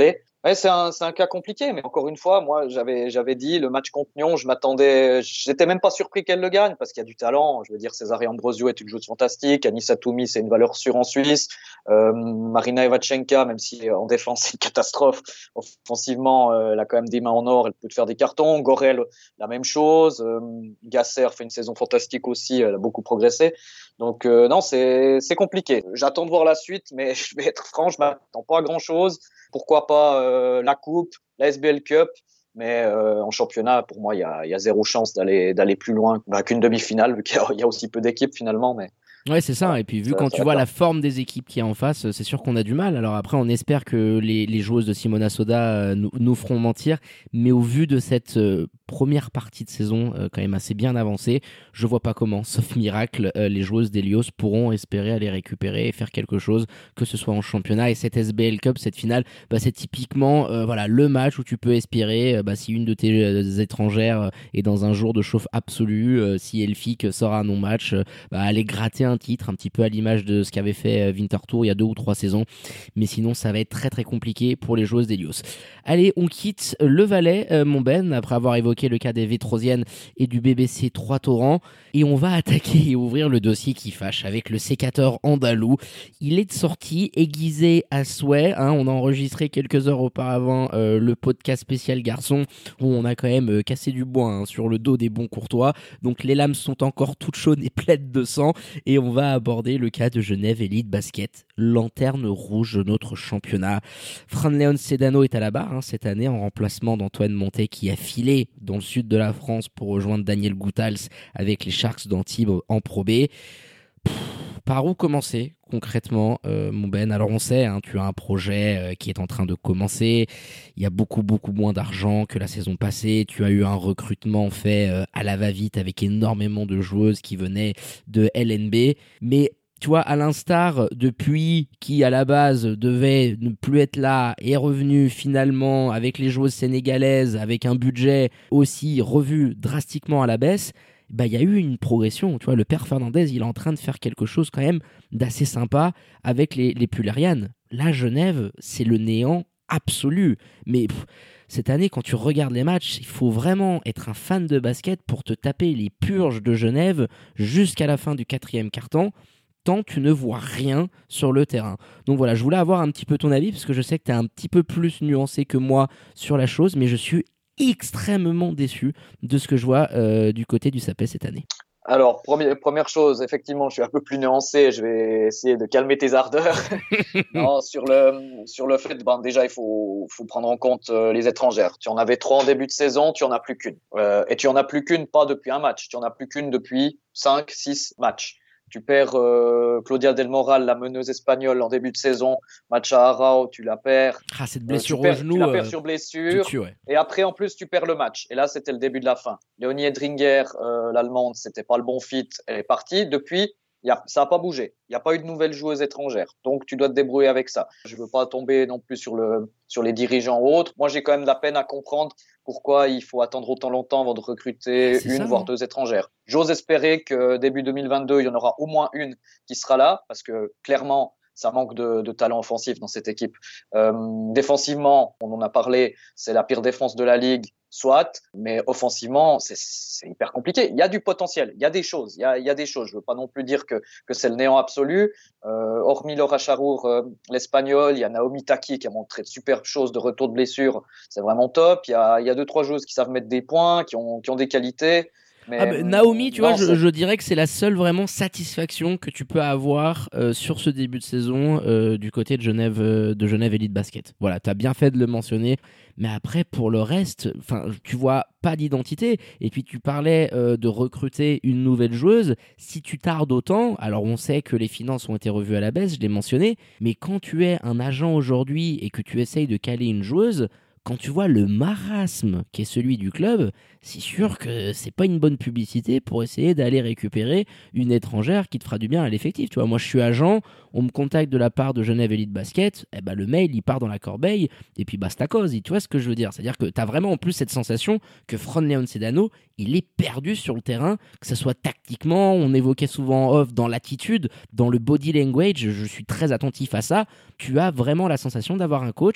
Ouais, c'est un, c'est un cas compliqué, mais encore une fois, moi, j'avais, j'avais dit le match contre Nyon, je m'attendais, j'étais même pas surpris qu'elle le gagne parce qu'il y a du talent. Je veux dire, Cesare Ambrosio est une joueuse fantastique, Anissa Toumi, c'est une valeur sûre en Suisse, euh, Marina Evachenka, même si en défense c'est une catastrophe, offensivement, euh, elle a quand même des mains en or, elle peut te faire des cartons. Gorel, la même chose. Euh, Gasser fait une saison fantastique aussi, elle a beaucoup progressé. Donc euh, non, c'est c'est compliqué. J'attends de voir la suite, mais je vais être franc, je m'attends pas à grand chose. Pourquoi pas euh, la coupe, la S B L Cup, mais euh, en championnat, pour moi, il y a, y a zéro chance d'aller d'aller plus loin bah, qu'une demi-finale, vu qu'il y a, y a aussi peu d'équipes finalement, mais. Ouais, c'est ça. Et puis, vu ça, quand ça tu vois là. la forme des équipes qu'il y a en face, c'est sûr qu'on a du mal. Alors après, on espère que les, les joueuses de Simona Soda euh, nous, nous feront mentir. Mais au vu de cette euh, première partie de saison, euh, quand même assez bien avancée, je vois pas comment, sauf miracle, euh, les joueuses d'Helios pourront espérer aller récupérer et faire quelque chose, que ce soit en championnat. Et cette S B L Cup, cette finale, bah, c'est typiquement euh, voilà, le match où tu peux espérer, euh, bah, si une de tes euh, étrangères est dans un jour de chauffe absolue, euh, si Elphick sort un non-match, euh, bah, aller gratter un titre, un petit peu à l'image de ce qu'avait fait Winterthur il y a deux ou trois saisons. Mais sinon, ça va être très très compliqué pour les joueuses d'Helios. Allez, on quitte le Valais, euh, mon Ben, après avoir évoqué le cas des Vétrosiennes et du B B C Trois-Torrents. Et on va attaquer et ouvrir le dossier qui fâche avec le sécateur andalou. Il est de sortie, aiguisé à souhait. Hein, on a enregistré quelques heures auparavant euh, le podcast spécial garçon où on a quand même euh, cassé du bois hein, sur le dos des bons courtois. Donc les lames sont encore toutes chaudes et pleines de sang. Et on va aborder le cas de Genève Elite Basket, lanterne rouge de notre championnat. Fran Leon Sedano est à la barre hein, cette année en remplacement d'Antoine Montet qui a filé dans le sud de la France pour rejoindre Daniel Goutals avec les Sharks d'Antibes en Pro B. Pff, par où commencer concrètement, euh, mon Ben? Alors on sait, hein, tu as un projet euh, qui est en train de commencer, il y a beaucoup beaucoup moins d'argent que la saison passée, tu as eu un recrutement fait euh, à la va-vite avec énormément de joueuses qui venaient de L N B, mais tu vois, à l'instar de Puy, qui à la base devait ne plus être là, est revenu finalement avec les joueuses sénégalaises, avec un budget aussi revu drastiquement à la baisse, bah, il y a eu une progression. Tu vois, le père Fernandez, il est en train de faire quelque chose quand même d'assez sympa avec les, les Pulerianes. Là, Genève, c'est le néant absolu. Mais pff, cette année, quand tu regardes les matchs, il faut vraiment être un fan de basket pour te taper les purges de Genève jusqu'à la fin du quatrième quart-temps, tant tu ne vois rien sur le terrain. Donc voilà, je voulais avoir un petit peu ton avis, parce que je sais que tu es un petit peu plus nuancé que moi sur la chose, mais je suis extrêmement déçu de ce que je vois euh, du côté du Sapé cette année. Alors, première, première chose, effectivement, je suis un peu plus nuancé, je vais essayer de calmer tes ardeurs. Non, sur le, sur le fait, ben, déjà, il faut, faut prendre en compte euh, les étrangères. Tu en avais trois en début de saison, tu en as plus qu'une. Euh, et tu en as plus qu'une, pas depuis un match, tu en as plus qu'une depuis cinq, six matchs. Tu perds euh, Claudia Del Moral, la meneuse espagnole, en début de saison. Match à Arao, tu la perds. Ah, cette blessure euh, perds, au genou. Tu la perds euh, sur blessure. tue, ouais. Et après, en plus, tu perds le match. Et là, c'était le début de la fin. Léonie Edringer, euh, l'Allemande, c'était pas le bon fit. Elle est partie. Depuis, y a, ça n'a pas bougé. Il n'y a pas eu de nouvelles joueuses étrangères. Donc, tu dois te débrouiller avec ça. Je ne veux pas tomber non plus sur, le, sur les dirigeants ou autres. Moi, j'ai quand même de la peine à comprendre pourquoi il faut attendre autant longtemps avant de recruter C'est une, ça, voire hein. deux étrangères. J'ose espérer que début deux mille vingt-deux, il y en aura au moins une qui sera là, parce que clairement, ça manque de, de talent offensif dans cette équipe. Euh, défensivement, on en a parlé, c'est la pire défense de la ligue, soit, mais offensivement, c'est, c'est hyper compliqué. Il y a du potentiel, il y a des choses, il y a, il y a des choses. Je veux pas non plus dire que, que c'est le néant absolu. Euh, hormis Laura Charour, euh, l'Espagnol, il y a Naomi Taki qui a montré de superbes choses de retour de blessure. C'est vraiment top. Il y a, il y a deux, trois joueuses qui savent mettre des points, qui ont, qui ont des qualités. Mais Ah bah, Naomi, tu non, vois, je, je dirais que c'est la seule vraiment satisfaction que tu peux avoir euh, sur ce début de saison euh, du côté de Genève, euh, de Genève Elite Basket. Voilà, tu as bien fait de le mentionner. Mais après, pour le reste, tu vois pas d'identité. Et puis, tu parlais euh, de recruter une nouvelle joueuse. Si tu tardes autant, alors on sait que les finances ont été revues à la baisse, je l'ai mentionné. Mais quand tu es un agent aujourd'hui et que tu essayes de caler une joueuse, quand tu vois le marasme qui est celui du club, c'est sûr que c'est pas une bonne publicité pour essayer d'aller récupérer une étrangère qui te fera du bien à l'effectif. Tu vois, moi je suis agent, on me contacte de la part de Genève Elite Basket, eh ben le mail il part dans la corbeille et puis basta cause. Tu vois ce que je veux dire? C'est-à-dire que tu as vraiment en plus cette sensation que Fran Leon Sedano, il est perdu sur le terrain, que ce soit tactiquement, on évoquait souvent en off, dans l'attitude, dans le body language, je suis très attentif à ça. Tu as vraiment la sensation d'avoir un coach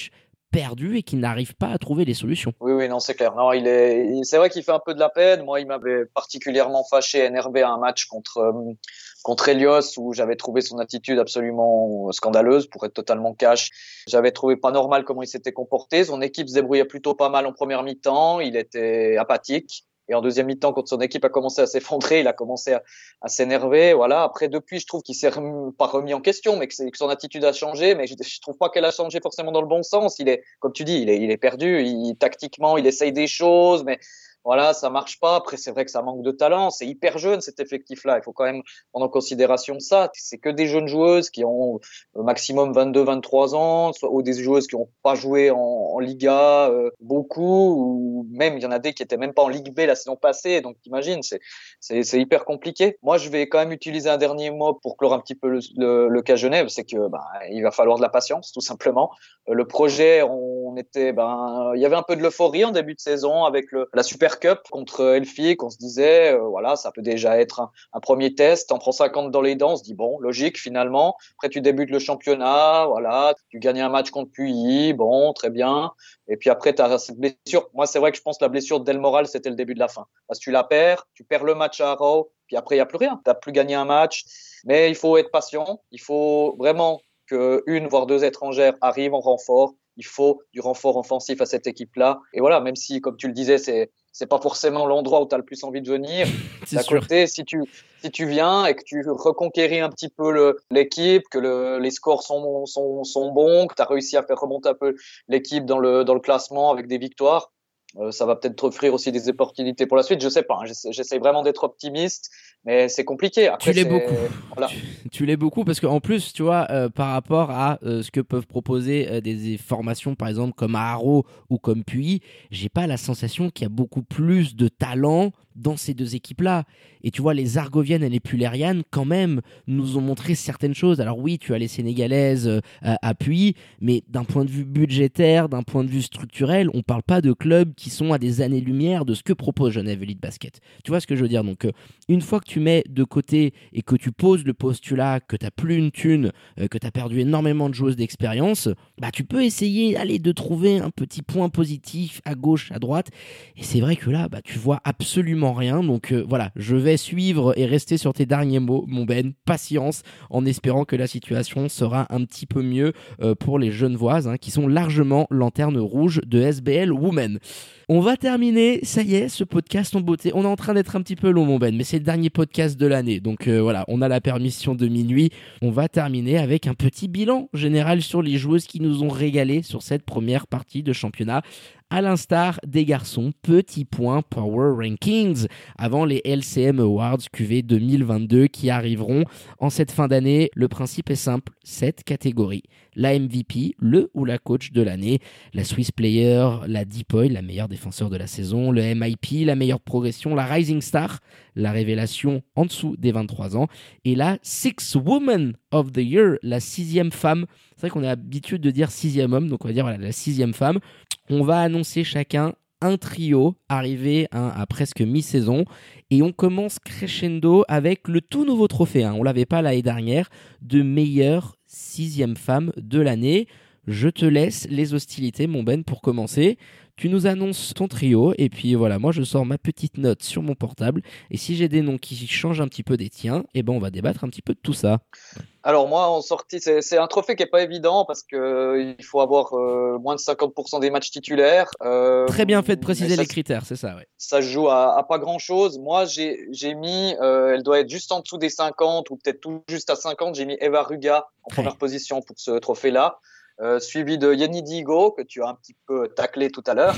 perdu et qui n'arrive pas à trouver les solutions. Oui, oui, non, c'est clair. Non, il est, il, c'est vrai qu'il fait un peu de la peine. Moi, il m'avait particulièrement fâché, énervé à un match contre, euh, contre Elios où j'avais trouvé son attitude absolument scandaleuse, pour être totalement cash. J'avais trouvé pas normal comment il s'était comporté. Son équipe se débrouillait plutôt pas mal en première mi-temps. Il était apathique. Et en deuxième mi-temps, quand son équipe a commencé à s'effondrer, il a commencé à, à s'énerver. Voilà. Après, depuis, je trouve qu'il s'est remis, pas remis en question, mais que, c'est, que son attitude a changé. Mais je, je trouve pas qu'elle a changé forcément dans le bon sens. Il est, comme tu dis, il est, il est perdu. Il, tactiquement, il essaye des choses, mais voilà, ça marche pas. Après, c'est vrai que ça manque de talent. C'est hyper jeune, cet effectif-là. Il faut quand même prendre en considération ça. C'est que des jeunes joueuses qui ont au maximum vingt-deux, vingt-trois ans, soit, ou des joueuses qui ont pas joué en, en Liga, euh, beaucoup, ou même, il y en a des qui étaient même pas en Ligue B la saison passée. Donc, t'imagines, c'est, c'est, c'est hyper compliqué. Moi, je vais quand même utiliser un dernier mot pour clore un petit peu le, le, le cas Genève. C'est que, ben, il va falloir de la patience, tout simplement. Euh, le projet, on était, ben, il y avait un peu de l'euphorie en début de saison avec le, la Super Cup contre Elfique. On se disait, euh, voilà, ça peut déjà être un, un premier test. On prend cinquante dans les dents, on se dit, bon, logique, finalement. Après, tu débutes le championnat, voilà, tu gagnes un match contre Puy, bon, très bien. Et puis après, tu as cette blessure. Moi, c'est vrai que je pense que la blessure de Del Moral, c'était le début de la fin. Parce que tu la perds, tu perds le match à Arrow, puis après, il n'y a plus rien. Tu n'as plus gagné un match. Mais il faut être patient. Il faut vraiment que une, voire deux étrangères arrivent en renfort. Il faut du renfort offensif à cette équipe-là. Et voilà, même si, comme tu le disais, c'est c'est pas forcément l'endroit où tu as le plus envie de venir. D'à côté, si tu si tu viens et que tu reconquéris un petit peu le, l'équipe, que le, les scores sont sont sont bons, que tu as réussi à faire remonter un peu l'équipe dans le dans le classement avec des victoires, euh, ça va peut-être offrir aussi des opportunités pour la suite. Je sais pas, hein, j'essaie, j'essaie vraiment d'être optimiste, mais c'est compliqué. Après, tu l'es c'est... beaucoup. Voilà. Tu, tu l'es beaucoup parce qu'en plus, tu vois, euh, par rapport à euh, ce que peuvent proposer euh, des, des formations, par exemple, comme à Haro ou comme Puy, j'ai pas la sensation qu'il y a beaucoup plus de talent dans ces deux équipes-là. Et tu vois, les Argoviennes et les Pullerianes, quand même, nous ont montré certaines choses. Alors oui, tu as les Sénégalaises euh, à Puy, mais d'un point de vue budgétaire, d'un point de vue structurel, on parle pas de clubs qui sont à des années-lumière de ce que propose Genève Elite Basket. Tu vois ce que je veux dire? Donc, euh, une fois que tu mets de côté et que tu poses le postulat que tu n'as plus une thune, euh, que tu as perdu énormément de joueuses d'expérience, bah, tu peux essayer allez, de trouver un petit point positif à gauche, à droite. Et c'est vrai que là, bah, tu vois absolument rien. Donc euh, voilà, je vais suivre et rester sur tes derniers mots, mon Ben. Patience, en espérant que la situation sera un petit peu mieux euh, pour les Genevoises, hein, qui sont largement lanterne rouge de S B L Women. On va terminer, ça y est, ce podcast en beauté. On est en train d'être un petit peu long, mon Ben, mais c'est le dernier podcast de l'année. Donc euh, voilà, on a la permission de minuit. On va terminer avec un petit bilan général sur les joueuses qui nous ont régalé sur cette première partie de championnat. À l'instar des garçons, petit point Power Rankings avant les L C M Awards Q V deux mille vingt-deux qui arriveront en cette fin d'année. Le principe est simple, sept catégories. La M V P, le ou la coach de l'année, la Swiss Player, la Deepoy, la meilleure défenseur de la saison, le M I P, la meilleure progression, la Rising Star, la révélation en dessous des vingt-trois ans, et la Six Woman of the Year, la sixième femme. C'est vrai qu'on a l'habitude de dire sixième homme, donc on va dire voilà, la sixième femme. On va annoncer chacun un trio arrivé hein, à presque mi-saison et on commence crescendo avec le tout nouveau trophée, hein, on l'avait pas l'année dernière, de meilleure sixième femme de l'année. Je te laisse les hostilités, mon Ben, pour commencer. Tu nous annonces ton trio et puis voilà, moi je sors ma petite note sur mon portable et si j'ai des noms qui changent un petit peu des tiens, eh ben on va débattre un petit peu de tout ça. Alors moi en sortie, c'est, c'est un trophée qui est pas évident parce que euh, il faut avoir euh, moins de cinquante pour cent des matchs titulaires. Euh, Très bien fait de préciser ça, les critères, c'est ça, ouais. Ça se joue à, à pas grand chose. Moi j'ai j'ai mis, euh, elle doit être juste en dessous des cinquante ou peut-être tout juste à cinquante. J'ai mis Eva Ruga en première ouais. position pour ce trophée-là. Euh, suivi de Yenny Digo, que tu as un petit peu taclé tout à l'heure,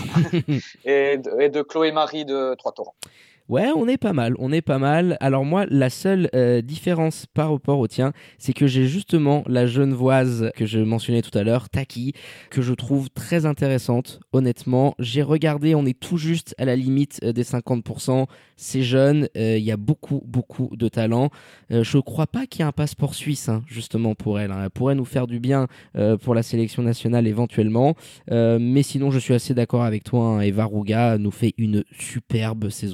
et, de, et de Chloé Marie de Trois-Torrents. Ouais, on est pas mal, on est pas mal. Alors moi, la seule euh, différence par rapport au tien, c'est que j'ai justement la Genevoise que je mentionnais tout à l'heure, Taki, que je trouve très intéressante, honnêtement. J'ai regardé, on est tout juste à la limite des cinquante pour cent. C'est jeune, il euh, y a beaucoup, beaucoup de talent. Euh, je crois pas qu'il y ait un passeport suisse, hein, justement, pour elle. Hein. Elle pourrait nous faire du bien euh, pour la sélection nationale éventuellement. Euh, mais sinon, je suis assez d'accord avec toi. Hein. Eva Ruga nous fait une superbe saison cette année.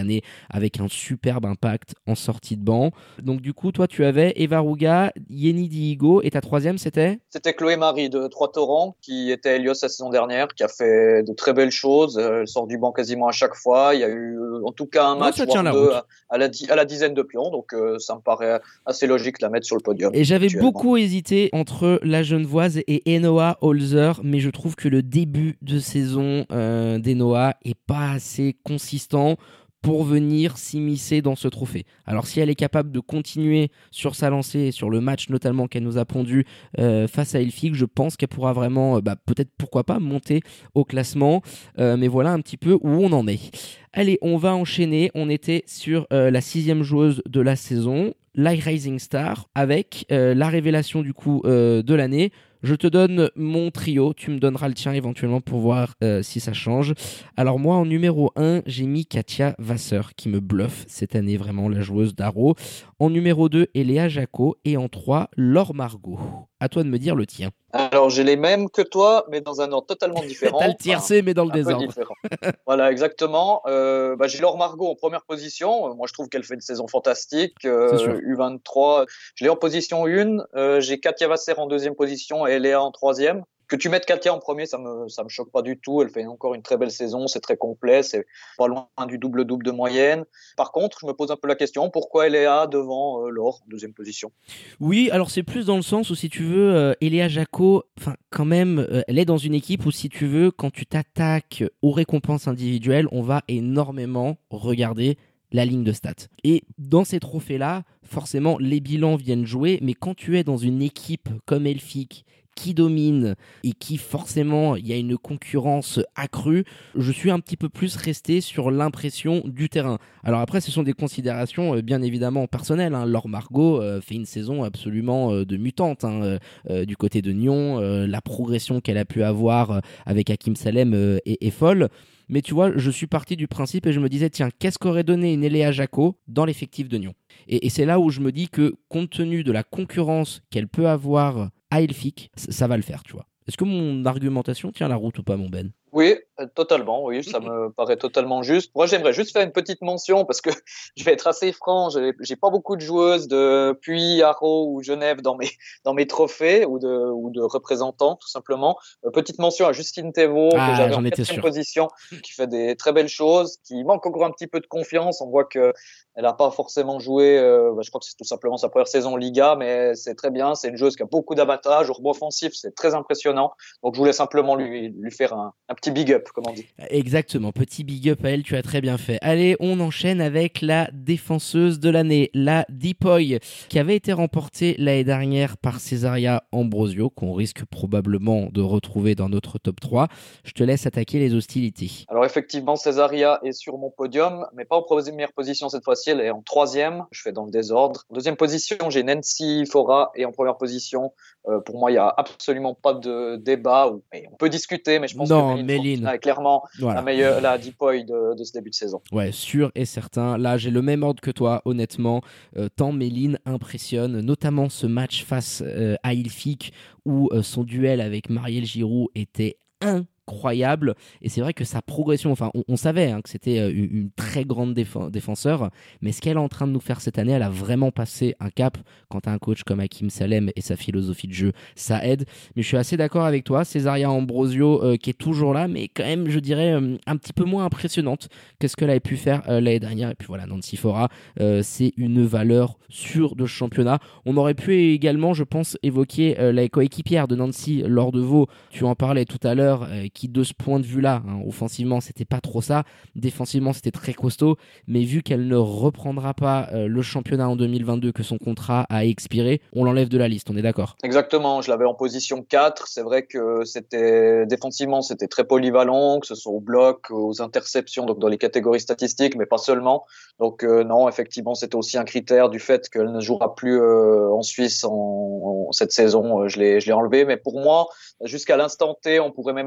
année avec un superbe impact en sortie de banc. Donc du coup, toi, tu avais Eva Ruga, Yeni Dihigo, et ta troisième, c'était C'était Chloé Marie de Trois-Torrents, qui était Helios la saison dernière, qui a fait de très belles choses. Elle sort du banc quasiment à chaque fois. Il y a eu en tout cas un non, match ça voire tient la deux route. à, à, la, à la dizaine de pions, donc euh, ça me paraît assez logique de la mettre sur le podium. Et j'avais beaucoup hésité entre la Genevoise et Enoa Holzer, mais je trouve que le début de saison euh, d'Enoa est pas assez consistant pour venir s'immiscer dans ce trophée. Alors si elle est capable de continuer sur sa lancée et sur le match notamment qu'elle nous a pondu euh, face à Elphick, je pense qu'elle pourra vraiment, euh, bah, peut-être pourquoi pas, monter au classement. Euh, mais voilà un petit peu où on en est. Allez, on va enchaîner. On était sur euh, la sixième joueuse de la saison, la Rising Star, avec euh, la révélation du coup euh, de l'année. Je te donne mon trio, tu me donneras le tien éventuellement pour voir euh, si ça change. Alors moi, en numéro un, j'ai mis Katia Vasseur, qui me bluffe cette année, vraiment la joueuse d'Aro. En numéro deux, Eléa Jaco. Et en trois, Laure Margot. À toi de me dire le tien. Alors, j'ai les mêmes que toi, mais dans un ordre totalement différent. T'as le tiercé, enfin, mais dans le désordre. Voilà, exactement. Euh, bah, j'ai Laure Margot en première position. Moi, je trouve qu'elle fait une saison fantastique. Euh, U vingt-trois, je l'ai en position un. Euh, j'ai Katia Vasseur en deuxième position et Eléa en troisième. Que tu mettes Katia en premier, ça me ça me choque pas du tout. Elle fait encore une très belle saison, c'est très complet, c'est pas loin du double-double de moyenne. Par contre, je me pose un peu la question, pourquoi Eléa devant euh, Laure en deuxième position? Oui, alors c'est plus dans le sens où, si tu veux, euh, Eléa Jaco, enfin quand même, euh, elle est dans une équipe où, si tu veux, quand tu t'attaques aux récompenses individuelles, on va énormément regarder la ligne de stats. Et dans ces trophées-là, forcément, les bilans viennent jouer, mais quand tu es dans une équipe comme Elphick, qui domine et qui forcément il y a une concurrence accrue, je suis un petit peu plus resté sur l'impression du terrain. Alors après, ce sont des considérations euh, bien évidemment personnelles, hein. Laure Margot euh, fait une saison absolument euh, de mutante, hein, euh, du côté de Nyon. Euh, la progression qu'elle a pu avoir euh, avec Hakim Salem euh, est, est folle. Mais tu vois, je suis parti du principe et je me disais, tiens, qu'est-ce qu'aurait donné une Eléa Jaco dans l'effectif de Nyon? Et, et c'est là où je me dis que, compte tenu de la concurrence qu'elle peut avoir à Elphick, ça va le faire, tu vois. Est-ce que mon argumentation tient la route ou pas, mon Ben? Oui, totalement, oui, ça me paraît totalement juste. Moi, j'aimerais juste faire une petite mention parce que je vais être assez franc, j'ai, j'ai pas beaucoup de joueuses de Puy, Haro ou Genève dans mes dans mes trophées ou de ou de représentants, tout simplement. Euh, petite mention à Justine Thévaux, ah, que j'avais en en quatrième sûr. position, qui fait des très belles choses, qui manque encore un petit peu de confiance. On voit que elle a pas forcément joué, euh, bah, je crois que c'est tout simplement sa première saison en Liga, mais c'est très bien. C'est une joueuse qui a beaucoup d'abattage, au rebond offensif, c'est très impressionnant. Donc, je voulais simplement lui lui faire un, un petit big up, comme on dit. Exactement, petit big up à elle, tu as très bien fait. Allez, on enchaîne avec la défenseuse de l'année, la Dipoy, qui avait été remportée l'année dernière par Césaria Ambrosio, qu'on risque probablement de retrouver dans notre top trois. Je te laisse attaquer les hostilités. Alors effectivement, Césaria est sur mon podium, mais pas en première position cette fois-ci, elle est en troisième. Je fais dans le désordre. En deuxième position, j'ai Nancy Fora, et en première position, euh, pour moi, il n'y a absolument pas de débat. Où, on peut discuter, mais je pense non, que Méline est clairement voilà. la meilleure, la Dipoy de, de ce début de saison. Ouais, sûr et certain. Là, j'ai le même ordre que toi, honnêtement. Euh, tant Méline impressionne, notamment ce match face euh, à Elphick, où euh, son duel avec Marielle Giroud était incroyable. Et c'est vrai que sa progression, enfin, on, on savait hein, que c'était euh, une, une très grande déf- défenseur, mais ce qu'elle est en train de nous faire cette année, elle a vraiment passé un cap. Quand tu as un coach comme Hakim Salem et sa philosophie de jeu, ça aide. Mais je suis assez d'accord avec toi. Césaria Ambrosio euh, qui est toujours là, mais quand même, je dirais, euh, un petit peu moins impressionnante que ce qu'elle avait pu faire euh, l'année dernière. Et puis voilà, Nancy Fora, euh, c'est une valeur sûre de ce championnat. On aurait pu également, je pense, évoquer euh, la coéquipière de Nancy, Laure Deveau. Tu en parlais tout à l'heure, euh, qui de ce point de vue-là, hein, offensivement, c'était pas trop ça. Défensivement, c'était très costaud. Mais vu qu'elle ne reprendra pas euh, le championnat en deux mille vingt-deux, que son contrat a expiré, on l'enlève de la liste, on est d'accord? Exactement, je l'avais en position quatre. C'est vrai que c'était défensivement, c'était très polyvalent, que ce soit au bloc, aux interceptions, donc dans les catégories statistiques, mais pas seulement. Donc euh, non, effectivement, c'était aussi un critère du fait qu'elle ne jouera plus euh, en Suisse en, en cette saison. Je l'ai, je l'ai enlevé, mais pour moi, jusqu'à l'instant T, on pourrait même la mettre devant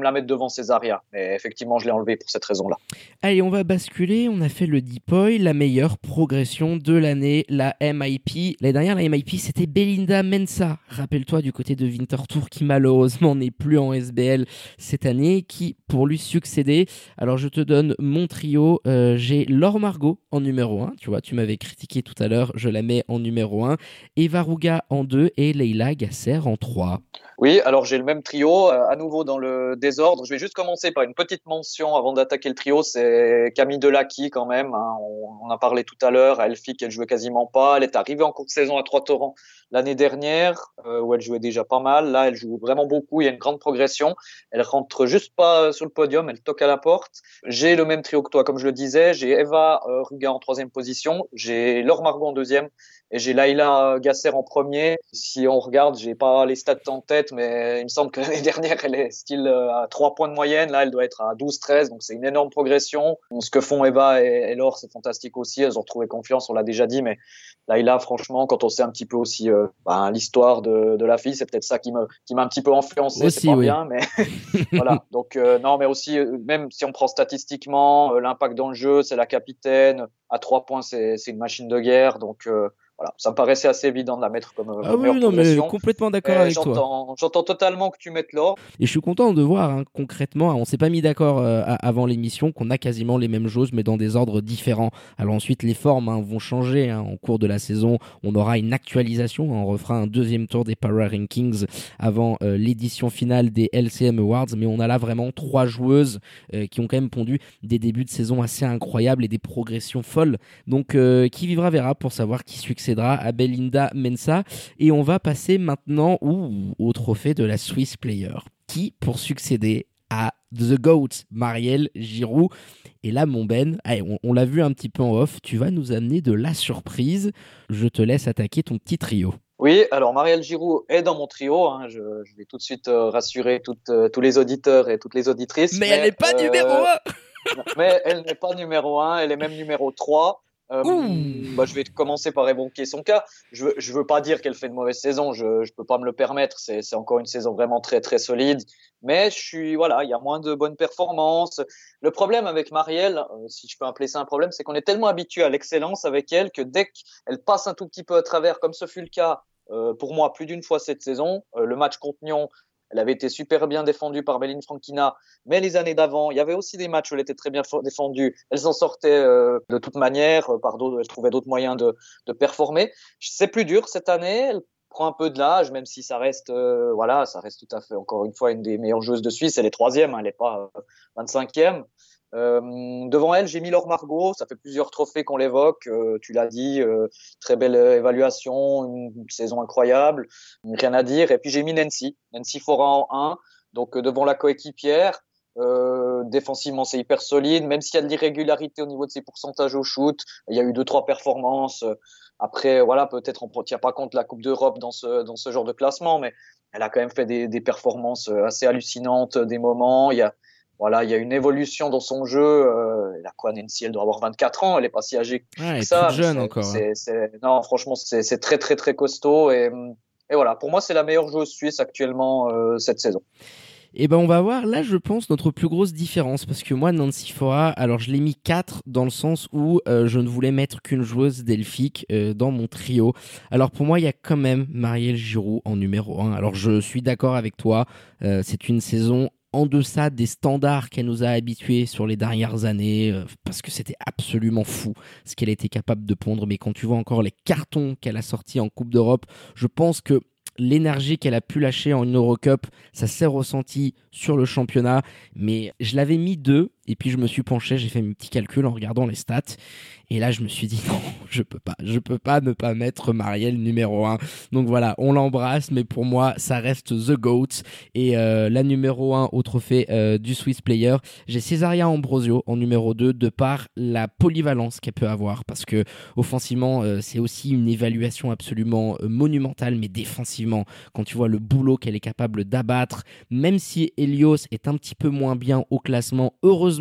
devant Césaria. Mais effectivement, je l'ai enlevé pour cette raison-là. Allez, on va basculer. On a fait le Depoy, la meilleure progression de l'année, la M I P. L'année dernière, la M I P, c'était Belinda Mensah. Rappelle-toi, du côté de Winterthur, qui malheureusement n'est plus en S B L cette année, qui pour lui succéder. Alors, je te donne mon trio. Euh, j'ai Laure Margot en numéro un. Tu vois, tu m'avais critiqué tout à l'heure. Je la mets en numéro un. Eva Ruga en deux et Leila Gasser en trois. Oui, alors j'ai le même trio, euh, à nouveau dans le désordre. Je vais juste commencer par une petite mention avant d'attaquer le trio, c'est Camille Delacqui quand même. Hein. On, on en a parlé tout à l'heure, à Elfic, elle jouait quasiment pas. Elle est arrivée en cours de saison à Trois-Torrents l'année dernière, euh, où elle jouait déjà pas mal. Là, elle joue vraiment beaucoup, il y a une grande progression. Elle rentre juste pas sur le podium, elle toque à la porte. J'ai le même trio que toi, comme je le disais. J'ai Eva euh, Ruga en troisième position, j'ai Laure Margot en deuxième, et j'ai Leila Gasser en premier. Si on regarde, j'ai pas les stats en tête, mais il me semble que l'année dernière, elle est style à trois points de moyenne. Là, elle doit être à douze treize, donc c'est une énorme progression. Ce que font Eva et, et Laure, c'est fantastique aussi. Elles ont retrouvé confiance, on l'a déjà dit, mais Leila, franchement, quand on sait un petit peu aussi euh, ben, l'histoire de, de la fille, c'est peut-être ça qui, me, qui m'a un petit peu influencé. Aussi, c'est pas oui. bien, mais voilà. Donc, euh, non, mais aussi, euh, même si on prend statistiquement, euh, l'impact dans le jeu, c'est la capitaine. À trois points, c'est, c'est une machine de guerre. Donc, euh, voilà, ça me paraissait assez évident de la mettre comme, ah comme oui, meilleure non, mais progression. complètement d'accord Et avec j'entends, toi. J'entends totalement que tu mettes Laure. Et je suis content de voir hein, concrètement, on s'est pas mis d'accord euh, avant l'émission, qu'on a quasiment les mêmes choses mais dans des ordres différents. Alors ensuite les formes hein, vont changer hein, en cours de la saison, on aura une actualisation, on refera un deuxième tour des Power Rankings avant euh, l'édition finale des L C M Awards, mais on a là vraiment trois joueuses euh, qui ont quand même pondu des débuts de saison assez incroyables et des progressions folles. Donc euh, qui vivra verra pour savoir qui succédera à Belinda Mensah. Et on va passer maintenant ouh, au trophée de la Swiss Player. Qui pour succéder à The GOAT, Marielle Giroux. Et là, mon Ben, allez, on, on l'a vu un petit peu en off, tu vas nous amener de la surprise. Je te laisse attaquer ton petit trio. Oui, alors Marielle Giroux est dans mon trio. Hein, je, je vais tout de suite euh, rassurer toutes, euh, tous les auditeurs et toutes les auditrices. Mais, mais elle n'est pas euh, numéro un. Mais elle n'est pas numéro un, elle est même numéro trois. Euh, bah, je vais commencer par évoquer son cas. Je veux, je veux pas dire qu'elle fait de mauvaise saison. Je, je peux pas me le permettre. C'est, c'est encore une saison vraiment très, très solide. Mais je suis, voilà, il y a moins de bonnes performances. Le problème avec Marielle, euh, si je peux appeler ça un problème, c'est qu'on est tellement habitué à l'excellence avec elle que dès qu'elle passe un tout petit peu à travers, comme ce fut le cas euh, pour moi plus d'une fois cette saison, euh, le match contre Nyon, elle avait été super bien défendue par Méline Frankina, mais les années d'avant, il y avait aussi des matchs où elle était très bien défendue. Elle s'en sortait euh, de toute manière, euh, par d'autres, elle trouvait d'autres moyens de, de performer. C'est plus dur cette année, elle prend un peu de l'âge, même si ça reste, euh, voilà, ça reste tout à fait, encore une fois, une des meilleures joueuses de Suisse. Elle est troisième, hein, elle n'est pas euh, vingt-cinquième. Euh, devant elle, j'ai mis Laure Margot. Ça fait plusieurs trophées qu'on l'évoque. Euh, tu l'as dit, euh, très belle évaluation, une, une saison incroyable, rien à dire. Et puis j'ai mis Nancy, Nancy Fora en un. Donc euh, devant la coéquipière, euh, défensivement c'est hyper solide. Même s'il y a de l'irrégularité au niveau de ses pourcentages au shoot, il y a eu deux trois performances. Après, voilà, peut-être on ne tient pas compte de la Coupe d'Europe dans ce dans ce genre de classement, mais elle a quand même fait des, des performances assez hallucinantes, des moments. Il y a Voilà, il y a une évolution dans son jeu. Euh, elle a quoi, Nancy? Elle doit avoir vingt-quatre ans. Elle est pas si âgée ouais, elle que est ça. toute jeune c'est, encore. C'est, hein. c'est, non, franchement, c'est, c'est très, très, très costaud. Et, et voilà, pour moi, c'est la meilleure joueuse suisse actuellement euh, cette saison. Et ben on va voir là je pense notre plus grosse différence parce que moi Nancy Fora, alors je l'ai mis quatre dans le sens où euh, je ne voulais mettre qu'une joueuse d'Elfic euh, dans mon trio. Alors pour moi il y a quand même Marielle Giroux en numéro un. Alors je suis d'accord avec toi, euh, c'est une saison en deçà des standards qu'elle nous a habitués sur les dernières années, euh, parce que c'était absolument fou ce qu'elle était capable de pondre. Mais quand tu vois encore les cartons qu'elle a sortis en Coupe d'Europe, je pense que l'énergie qu'elle a pu lâcher en Eurocup, ça s'est ressenti sur le championnat. Mais je l'avais mis deux, et puis je me suis penché, j'ai fait mes petits calculs en regardant les stats. Et là, je me suis dit non, je peux pas, je peux pas ne pas mettre Marielle numéro un. Donc voilà, on l'embrasse, mais pour moi, ça reste The GOAT. Et euh, la numéro un au trophée euh, du Swiss Player, j'ai Césaria Ambrosio en numéro deux, de par la polyvalence qu'elle peut avoir. Parce que offensivement, euh, c'est aussi une évaluation absolument euh, monumentale, mais défensivement, quand tu vois le boulot qu'elle est capable d'abattre, même si Helios est un petit peu moins bien au classement, heureusement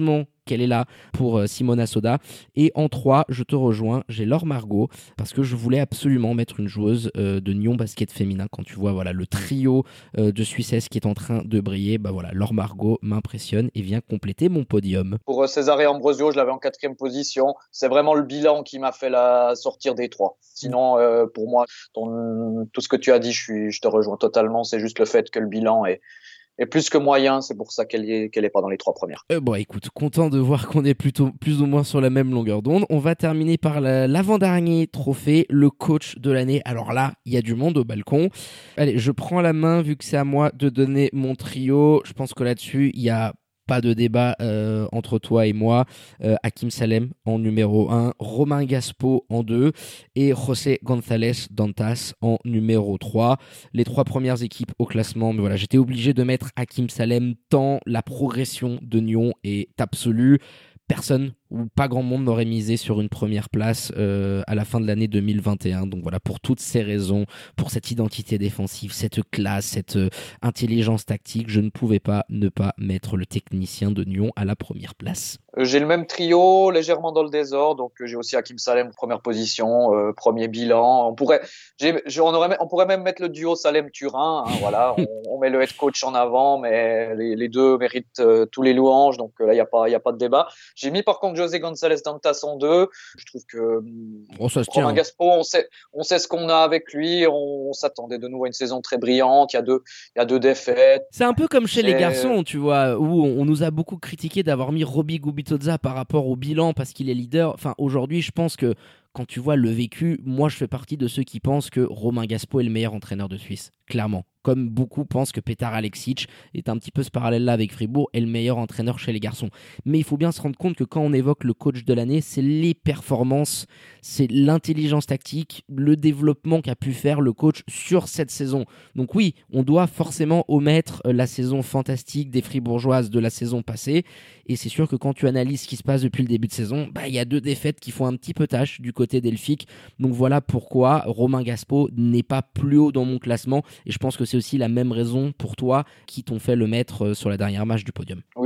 qu'elle est là pour euh, Simona Soda. Et en trois, je te rejoins, j'ai Laure Margot, parce que je voulais absolument mettre une joueuse euh, de Nyon basket féminin. Quand tu vois voilà, le trio euh, de Suissesses qui est en train de briller, bah voilà, Laure Margot m'impressionne et vient compléter mon podium. Pour euh, Cesare Ambrosio, je l'avais en quatrième position. C'est vraiment le bilan qui m'a fait la sortir des trois. Sinon, euh, pour moi, ton, tout ce que tu as dit, je, suis, je te rejoins totalement. C'est juste le fait que le bilan est, est plus que moyen. C'est pour ça qu'elle est, qu'elle est pas dans les trois premières. Euh, bon, écoute, content de voir qu'on est plutôt plus ou moins sur la même longueur d'onde. On va terminer par la, l'avant-dernier trophée, le coach de l'année. Alors là, il y a du monde au balcon. Allez, je prends la main vu que c'est à moi de donner mon trio. Je pense que là-dessus, il y a pas de débat euh, entre toi et moi. Euh, Hakim Salem en numéro un, Romain Gaspo en deux et José González Dantas en numéro trois. Les trois premières équipes au classement, mais voilà, j'étais obligé de mettre Hakim Salem tant la progression de Nyon est absolue. Personne ou pas grand monde n'aurait misé sur une première place euh, à la fin de l'année deux mille vingt et un. Donc voilà, pour toutes ces raisons, pour cette identité défensive, cette classe, cette euh, intelligence tactique, je ne pouvais pas ne pas mettre le technicien de Nyon à la première place. Euh, j'ai le même trio, légèrement dans le désordre. Donc euh, j'ai aussi Hakim Salem première position, euh, premier bilan. On pourrait, j'ai, on aurait, on pourrait même mettre le duo Salem-Turin. Hein, voilà, on, on met le head coach en avant, mais les, les deux méritent euh, tous les louanges. Donc euh, là, il y a pas, il y a pas de débat. J'ai mis par contre José González Dantas en deux. Je trouve que oh, ça se Romain tient. Gaspo, on sait, on sait ce qu'on a avec lui. On, on s'attendait de nouveau à une saison très brillante. Il y a deux, il y a deux défaites. C'est un peu comme chez C'est... les garçons, tu vois, où on, on nous a beaucoup critiqué d'avoir mis Roby Gubitoza par rapport au bilan parce qu'il est leader. Enfin, aujourd'hui, je pense que quand tu vois le vécu, moi, je fais partie de ceux qui pensent que Romain Gaspo est le meilleur entraîneur de Suisse, clairement. Comme beaucoup pensent que Petar Aleksic est un petit peu ce parallèle-là avec Fribourg, est le meilleur entraîneur chez les garçons. Mais il faut bien se rendre compte que quand on évoque le coach de l'année, c'est les performances, c'est l'intelligence tactique, le développement qu'a pu faire le coach sur cette saison. Donc oui, on doit forcément omettre la saison fantastique des Fribourgeoises de la saison passée. Et c'est sûr que quand tu analyses ce qui se passe depuis le début de saison, bah, y a deux défaites qui font un petit peu tâche du côté d'Elphick. Donc voilà pourquoi Romain Gaspo n'est pas plus haut dans mon classement. Et je pense que c'est aussi la même raison pour toi qui t'ont fait le mettre sur la dernière marche du podium. Oui,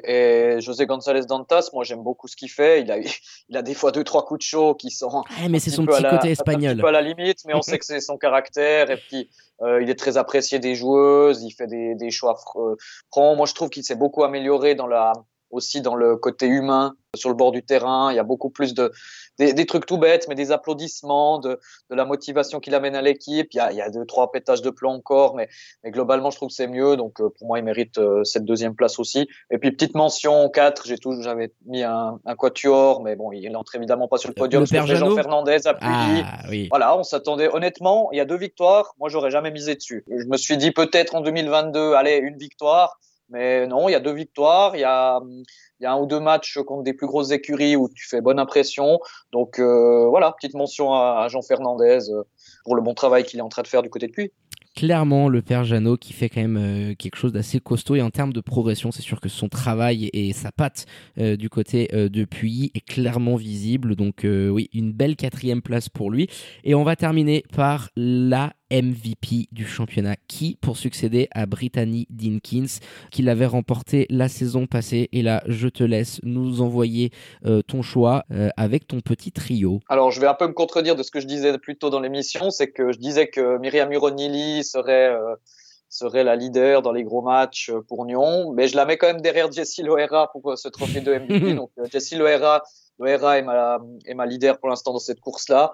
et José González Dantas, moi j'aime beaucoup ce qu'il fait. Il a, il a des fois deux, trois coups de chaud qui sont ah, mais c'est son petit la, côté espagnol. Un petit peu à la limite, mais on sait que c'est son caractère. Et puis, euh, il est très apprécié des joueuses. Il fait des, des choix francs. Moi, je trouve qu'il s'est beaucoup amélioré dans la, aussi dans le côté humain sur le bord du terrain. Il y a beaucoup plus de des, des trucs tout bêtes, mais des applaudissements, de, de la motivation qu'il amène à l'équipe. Il y a, il y a deux, trois pétages de plomb encore, mais, mais globalement, je trouve que c'est mieux. Donc, euh, pour moi, il mérite euh, cette deuxième place aussi. Et puis, petite mention, quatre, j'ai toujours, j'avais mis un, un quatuor, mais bon, il n'entre évidemment pas sur le podium. Le père Jeannot. Jean Fernandez a Puy. Ah, oui. Voilà, on s'attendait, honnêtement, il y a deux victoires. Moi, j'aurais jamais misé dessus. Je me suis dit peut-être en deux mille vingt-deux, allez, une victoire. Mais non, il y a deux victoires, il y a, il y a un ou deux matchs contre des plus grosses écuries où tu fais bonne impression. Donc euh, voilà, petite mention à, à Jean Fernandez pour le bon travail qu'il est en train de faire du côté de Puy. Clairement, le père Jeannot qui fait quand même euh, quelque chose d'assez costaud et en termes de progression, c'est sûr que son travail et sa patte euh, du côté euh, de Puy est clairement visible. Donc euh, oui, une belle quatrième place pour lui. Et on va terminer par la M V P du championnat, qui pour succéder à Brittany Dinkins, qui l'avait remporté la saison passée. Et là, je te laisse nous envoyer euh, ton choix euh, avec ton petit trio. Alors, je vais un peu me contredire de ce que je disais plus tôt dans l'émission, c'est que je disais que Myriam Uronili serait euh, serait la leader dans les gros matchs pour Nyon, mais je la mets quand même derrière Jessie Loera pour ce trophée de M V P. Donc, euh, Jessie Loera Loera est ma, est ma leader pour l'instant dans cette course-là.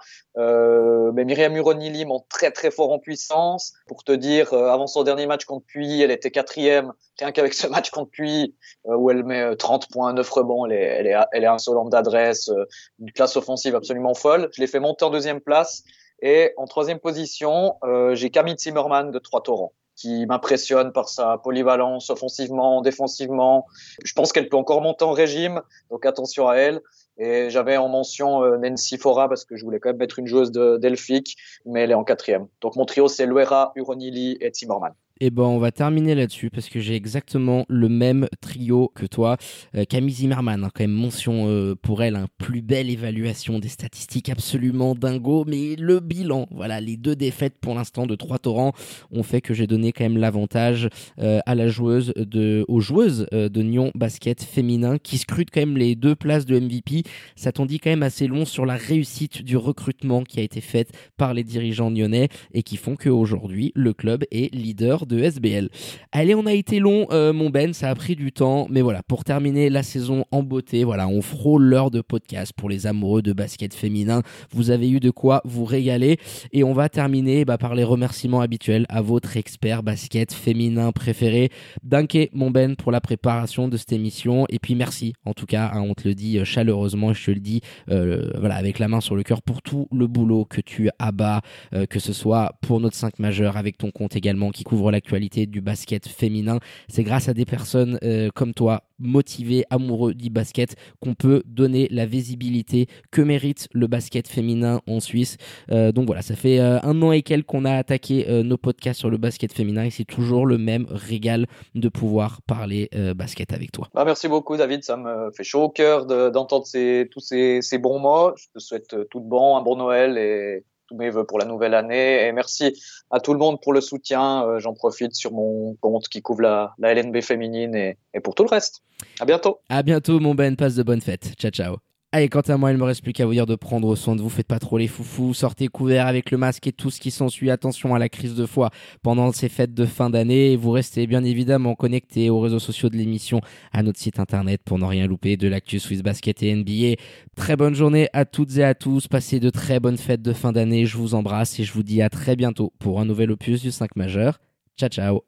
Euh, mais Myriam Uronili monte très très fort en puissance. Pour te dire, euh, avant son dernier match contre Puy, elle était quatrième. Rien qu'avec ce match contre Puy, euh, où elle met trente points, neuf rebonds, elle est, elle est, elle est insolente d'adresse, euh, une classe offensive absolument folle. Je l'ai fait monter en deuxième place. Et en troisième position, euh, j'ai Camille Zimmerman de Trois-Torrents, qui m'impressionne par sa polyvalence offensivement, défensivement. Je pense qu'elle peut encore monter en régime, donc attention à elle. Et j'avais en mention euh, Nancy Fora parce que je voulais quand même mettre une joueuse de, d'Elphick, mais elle est en quatrième. Donc mon trio, c'est Loera, Uronili et Zimmerman. Et ben on va terminer là-dessus parce que j'ai exactement le même trio que toi. Euh, Camille Zimmerman, hein, quand même mention euh, pour elle, hein, plus belle évaluation des statistiques absolument dingo, mais le bilan, voilà, les deux défaites pour l'instant de Trois Torrents ont fait que j'ai donné quand même l'avantage euh, à la joueuse de, aux joueuses euh, de Nyon Basket féminin qui scrutent quand même les deux places de M V P. Ça t'en dit quand même assez long sur la réussite du recrutement qui a été faite par les dirigeants nyonnais et qui font qu'aujourd'hui le club est leader de S B L. Allez, on a été long, euh, mon Ben, ça a pris du temps, mais voilà, pour terminer la saison en beauté, voilà, on frôle l'heure de podcast pour les amoureux de basket féminin. Vous avez eu de quoi vous régaler et on va terminer bah, par les remerciements habituels à votre expert basket féminin préféré. Danke, mon Ben, pour la préparation de cette émission et puis merci, en tout cas, hein, on te le dit euh, chaleureusement, je te le dis, euh, voilà, avec la main sur le cœur pour tout le boulot que tu abats, euh, que ce soit pour notre cinq majeur avec ton compte également qui couvre l'actualité du basket féminin. C'est grâce à des personnes euh, comme toi, motivés, amoureux du basket, qu'on peut donner la visibilité que mérite le basket féminin en Suisse. Euh, donc voilà, ça fait euh, un an et quelques qu'on a attaqué euh, nos podcasts sur le basket féminin et c'est toujours le même régal de pouvoir parler euh, basket avec toi. Bah, merci beaucoup David, ça me fait chaud au cœur de, d'entendre ces, tous ces, ces bons mots. Je te souhaite tout de bon, un bon Noël et tous mes vœux pour la nouvelle année et merci à tout le monde pour le soutien. Euh, j'en profite sur mon compte qui couvre la, la L N B féminine et, et pour tout le reste. À bientôt. À bientôt mon Ben, passe de bonnes fêtes. Ciao ciao. Allez, quant à moi, il ne me reste plus qu'à vous dire de prendre soin de vous, faites pas trop les foufous, sortez couverts avec le masque et tout ce qui s'ensuit, attention à la crise de foie pendant ces fêtes de fin d'année, et vous restez bien évidemment connectés aux réseaux sociaux de l'émission, à notre site internet pour ne rien louper de l'actu Swiss Basket et N B A. Très bonne journée à toutes et à tous, passez de très bonnes fêtes de fin d'année, je vous embrasse et je vous dis à très bientôt pour un nouvel opus du cinq majeur. Ciao ciao.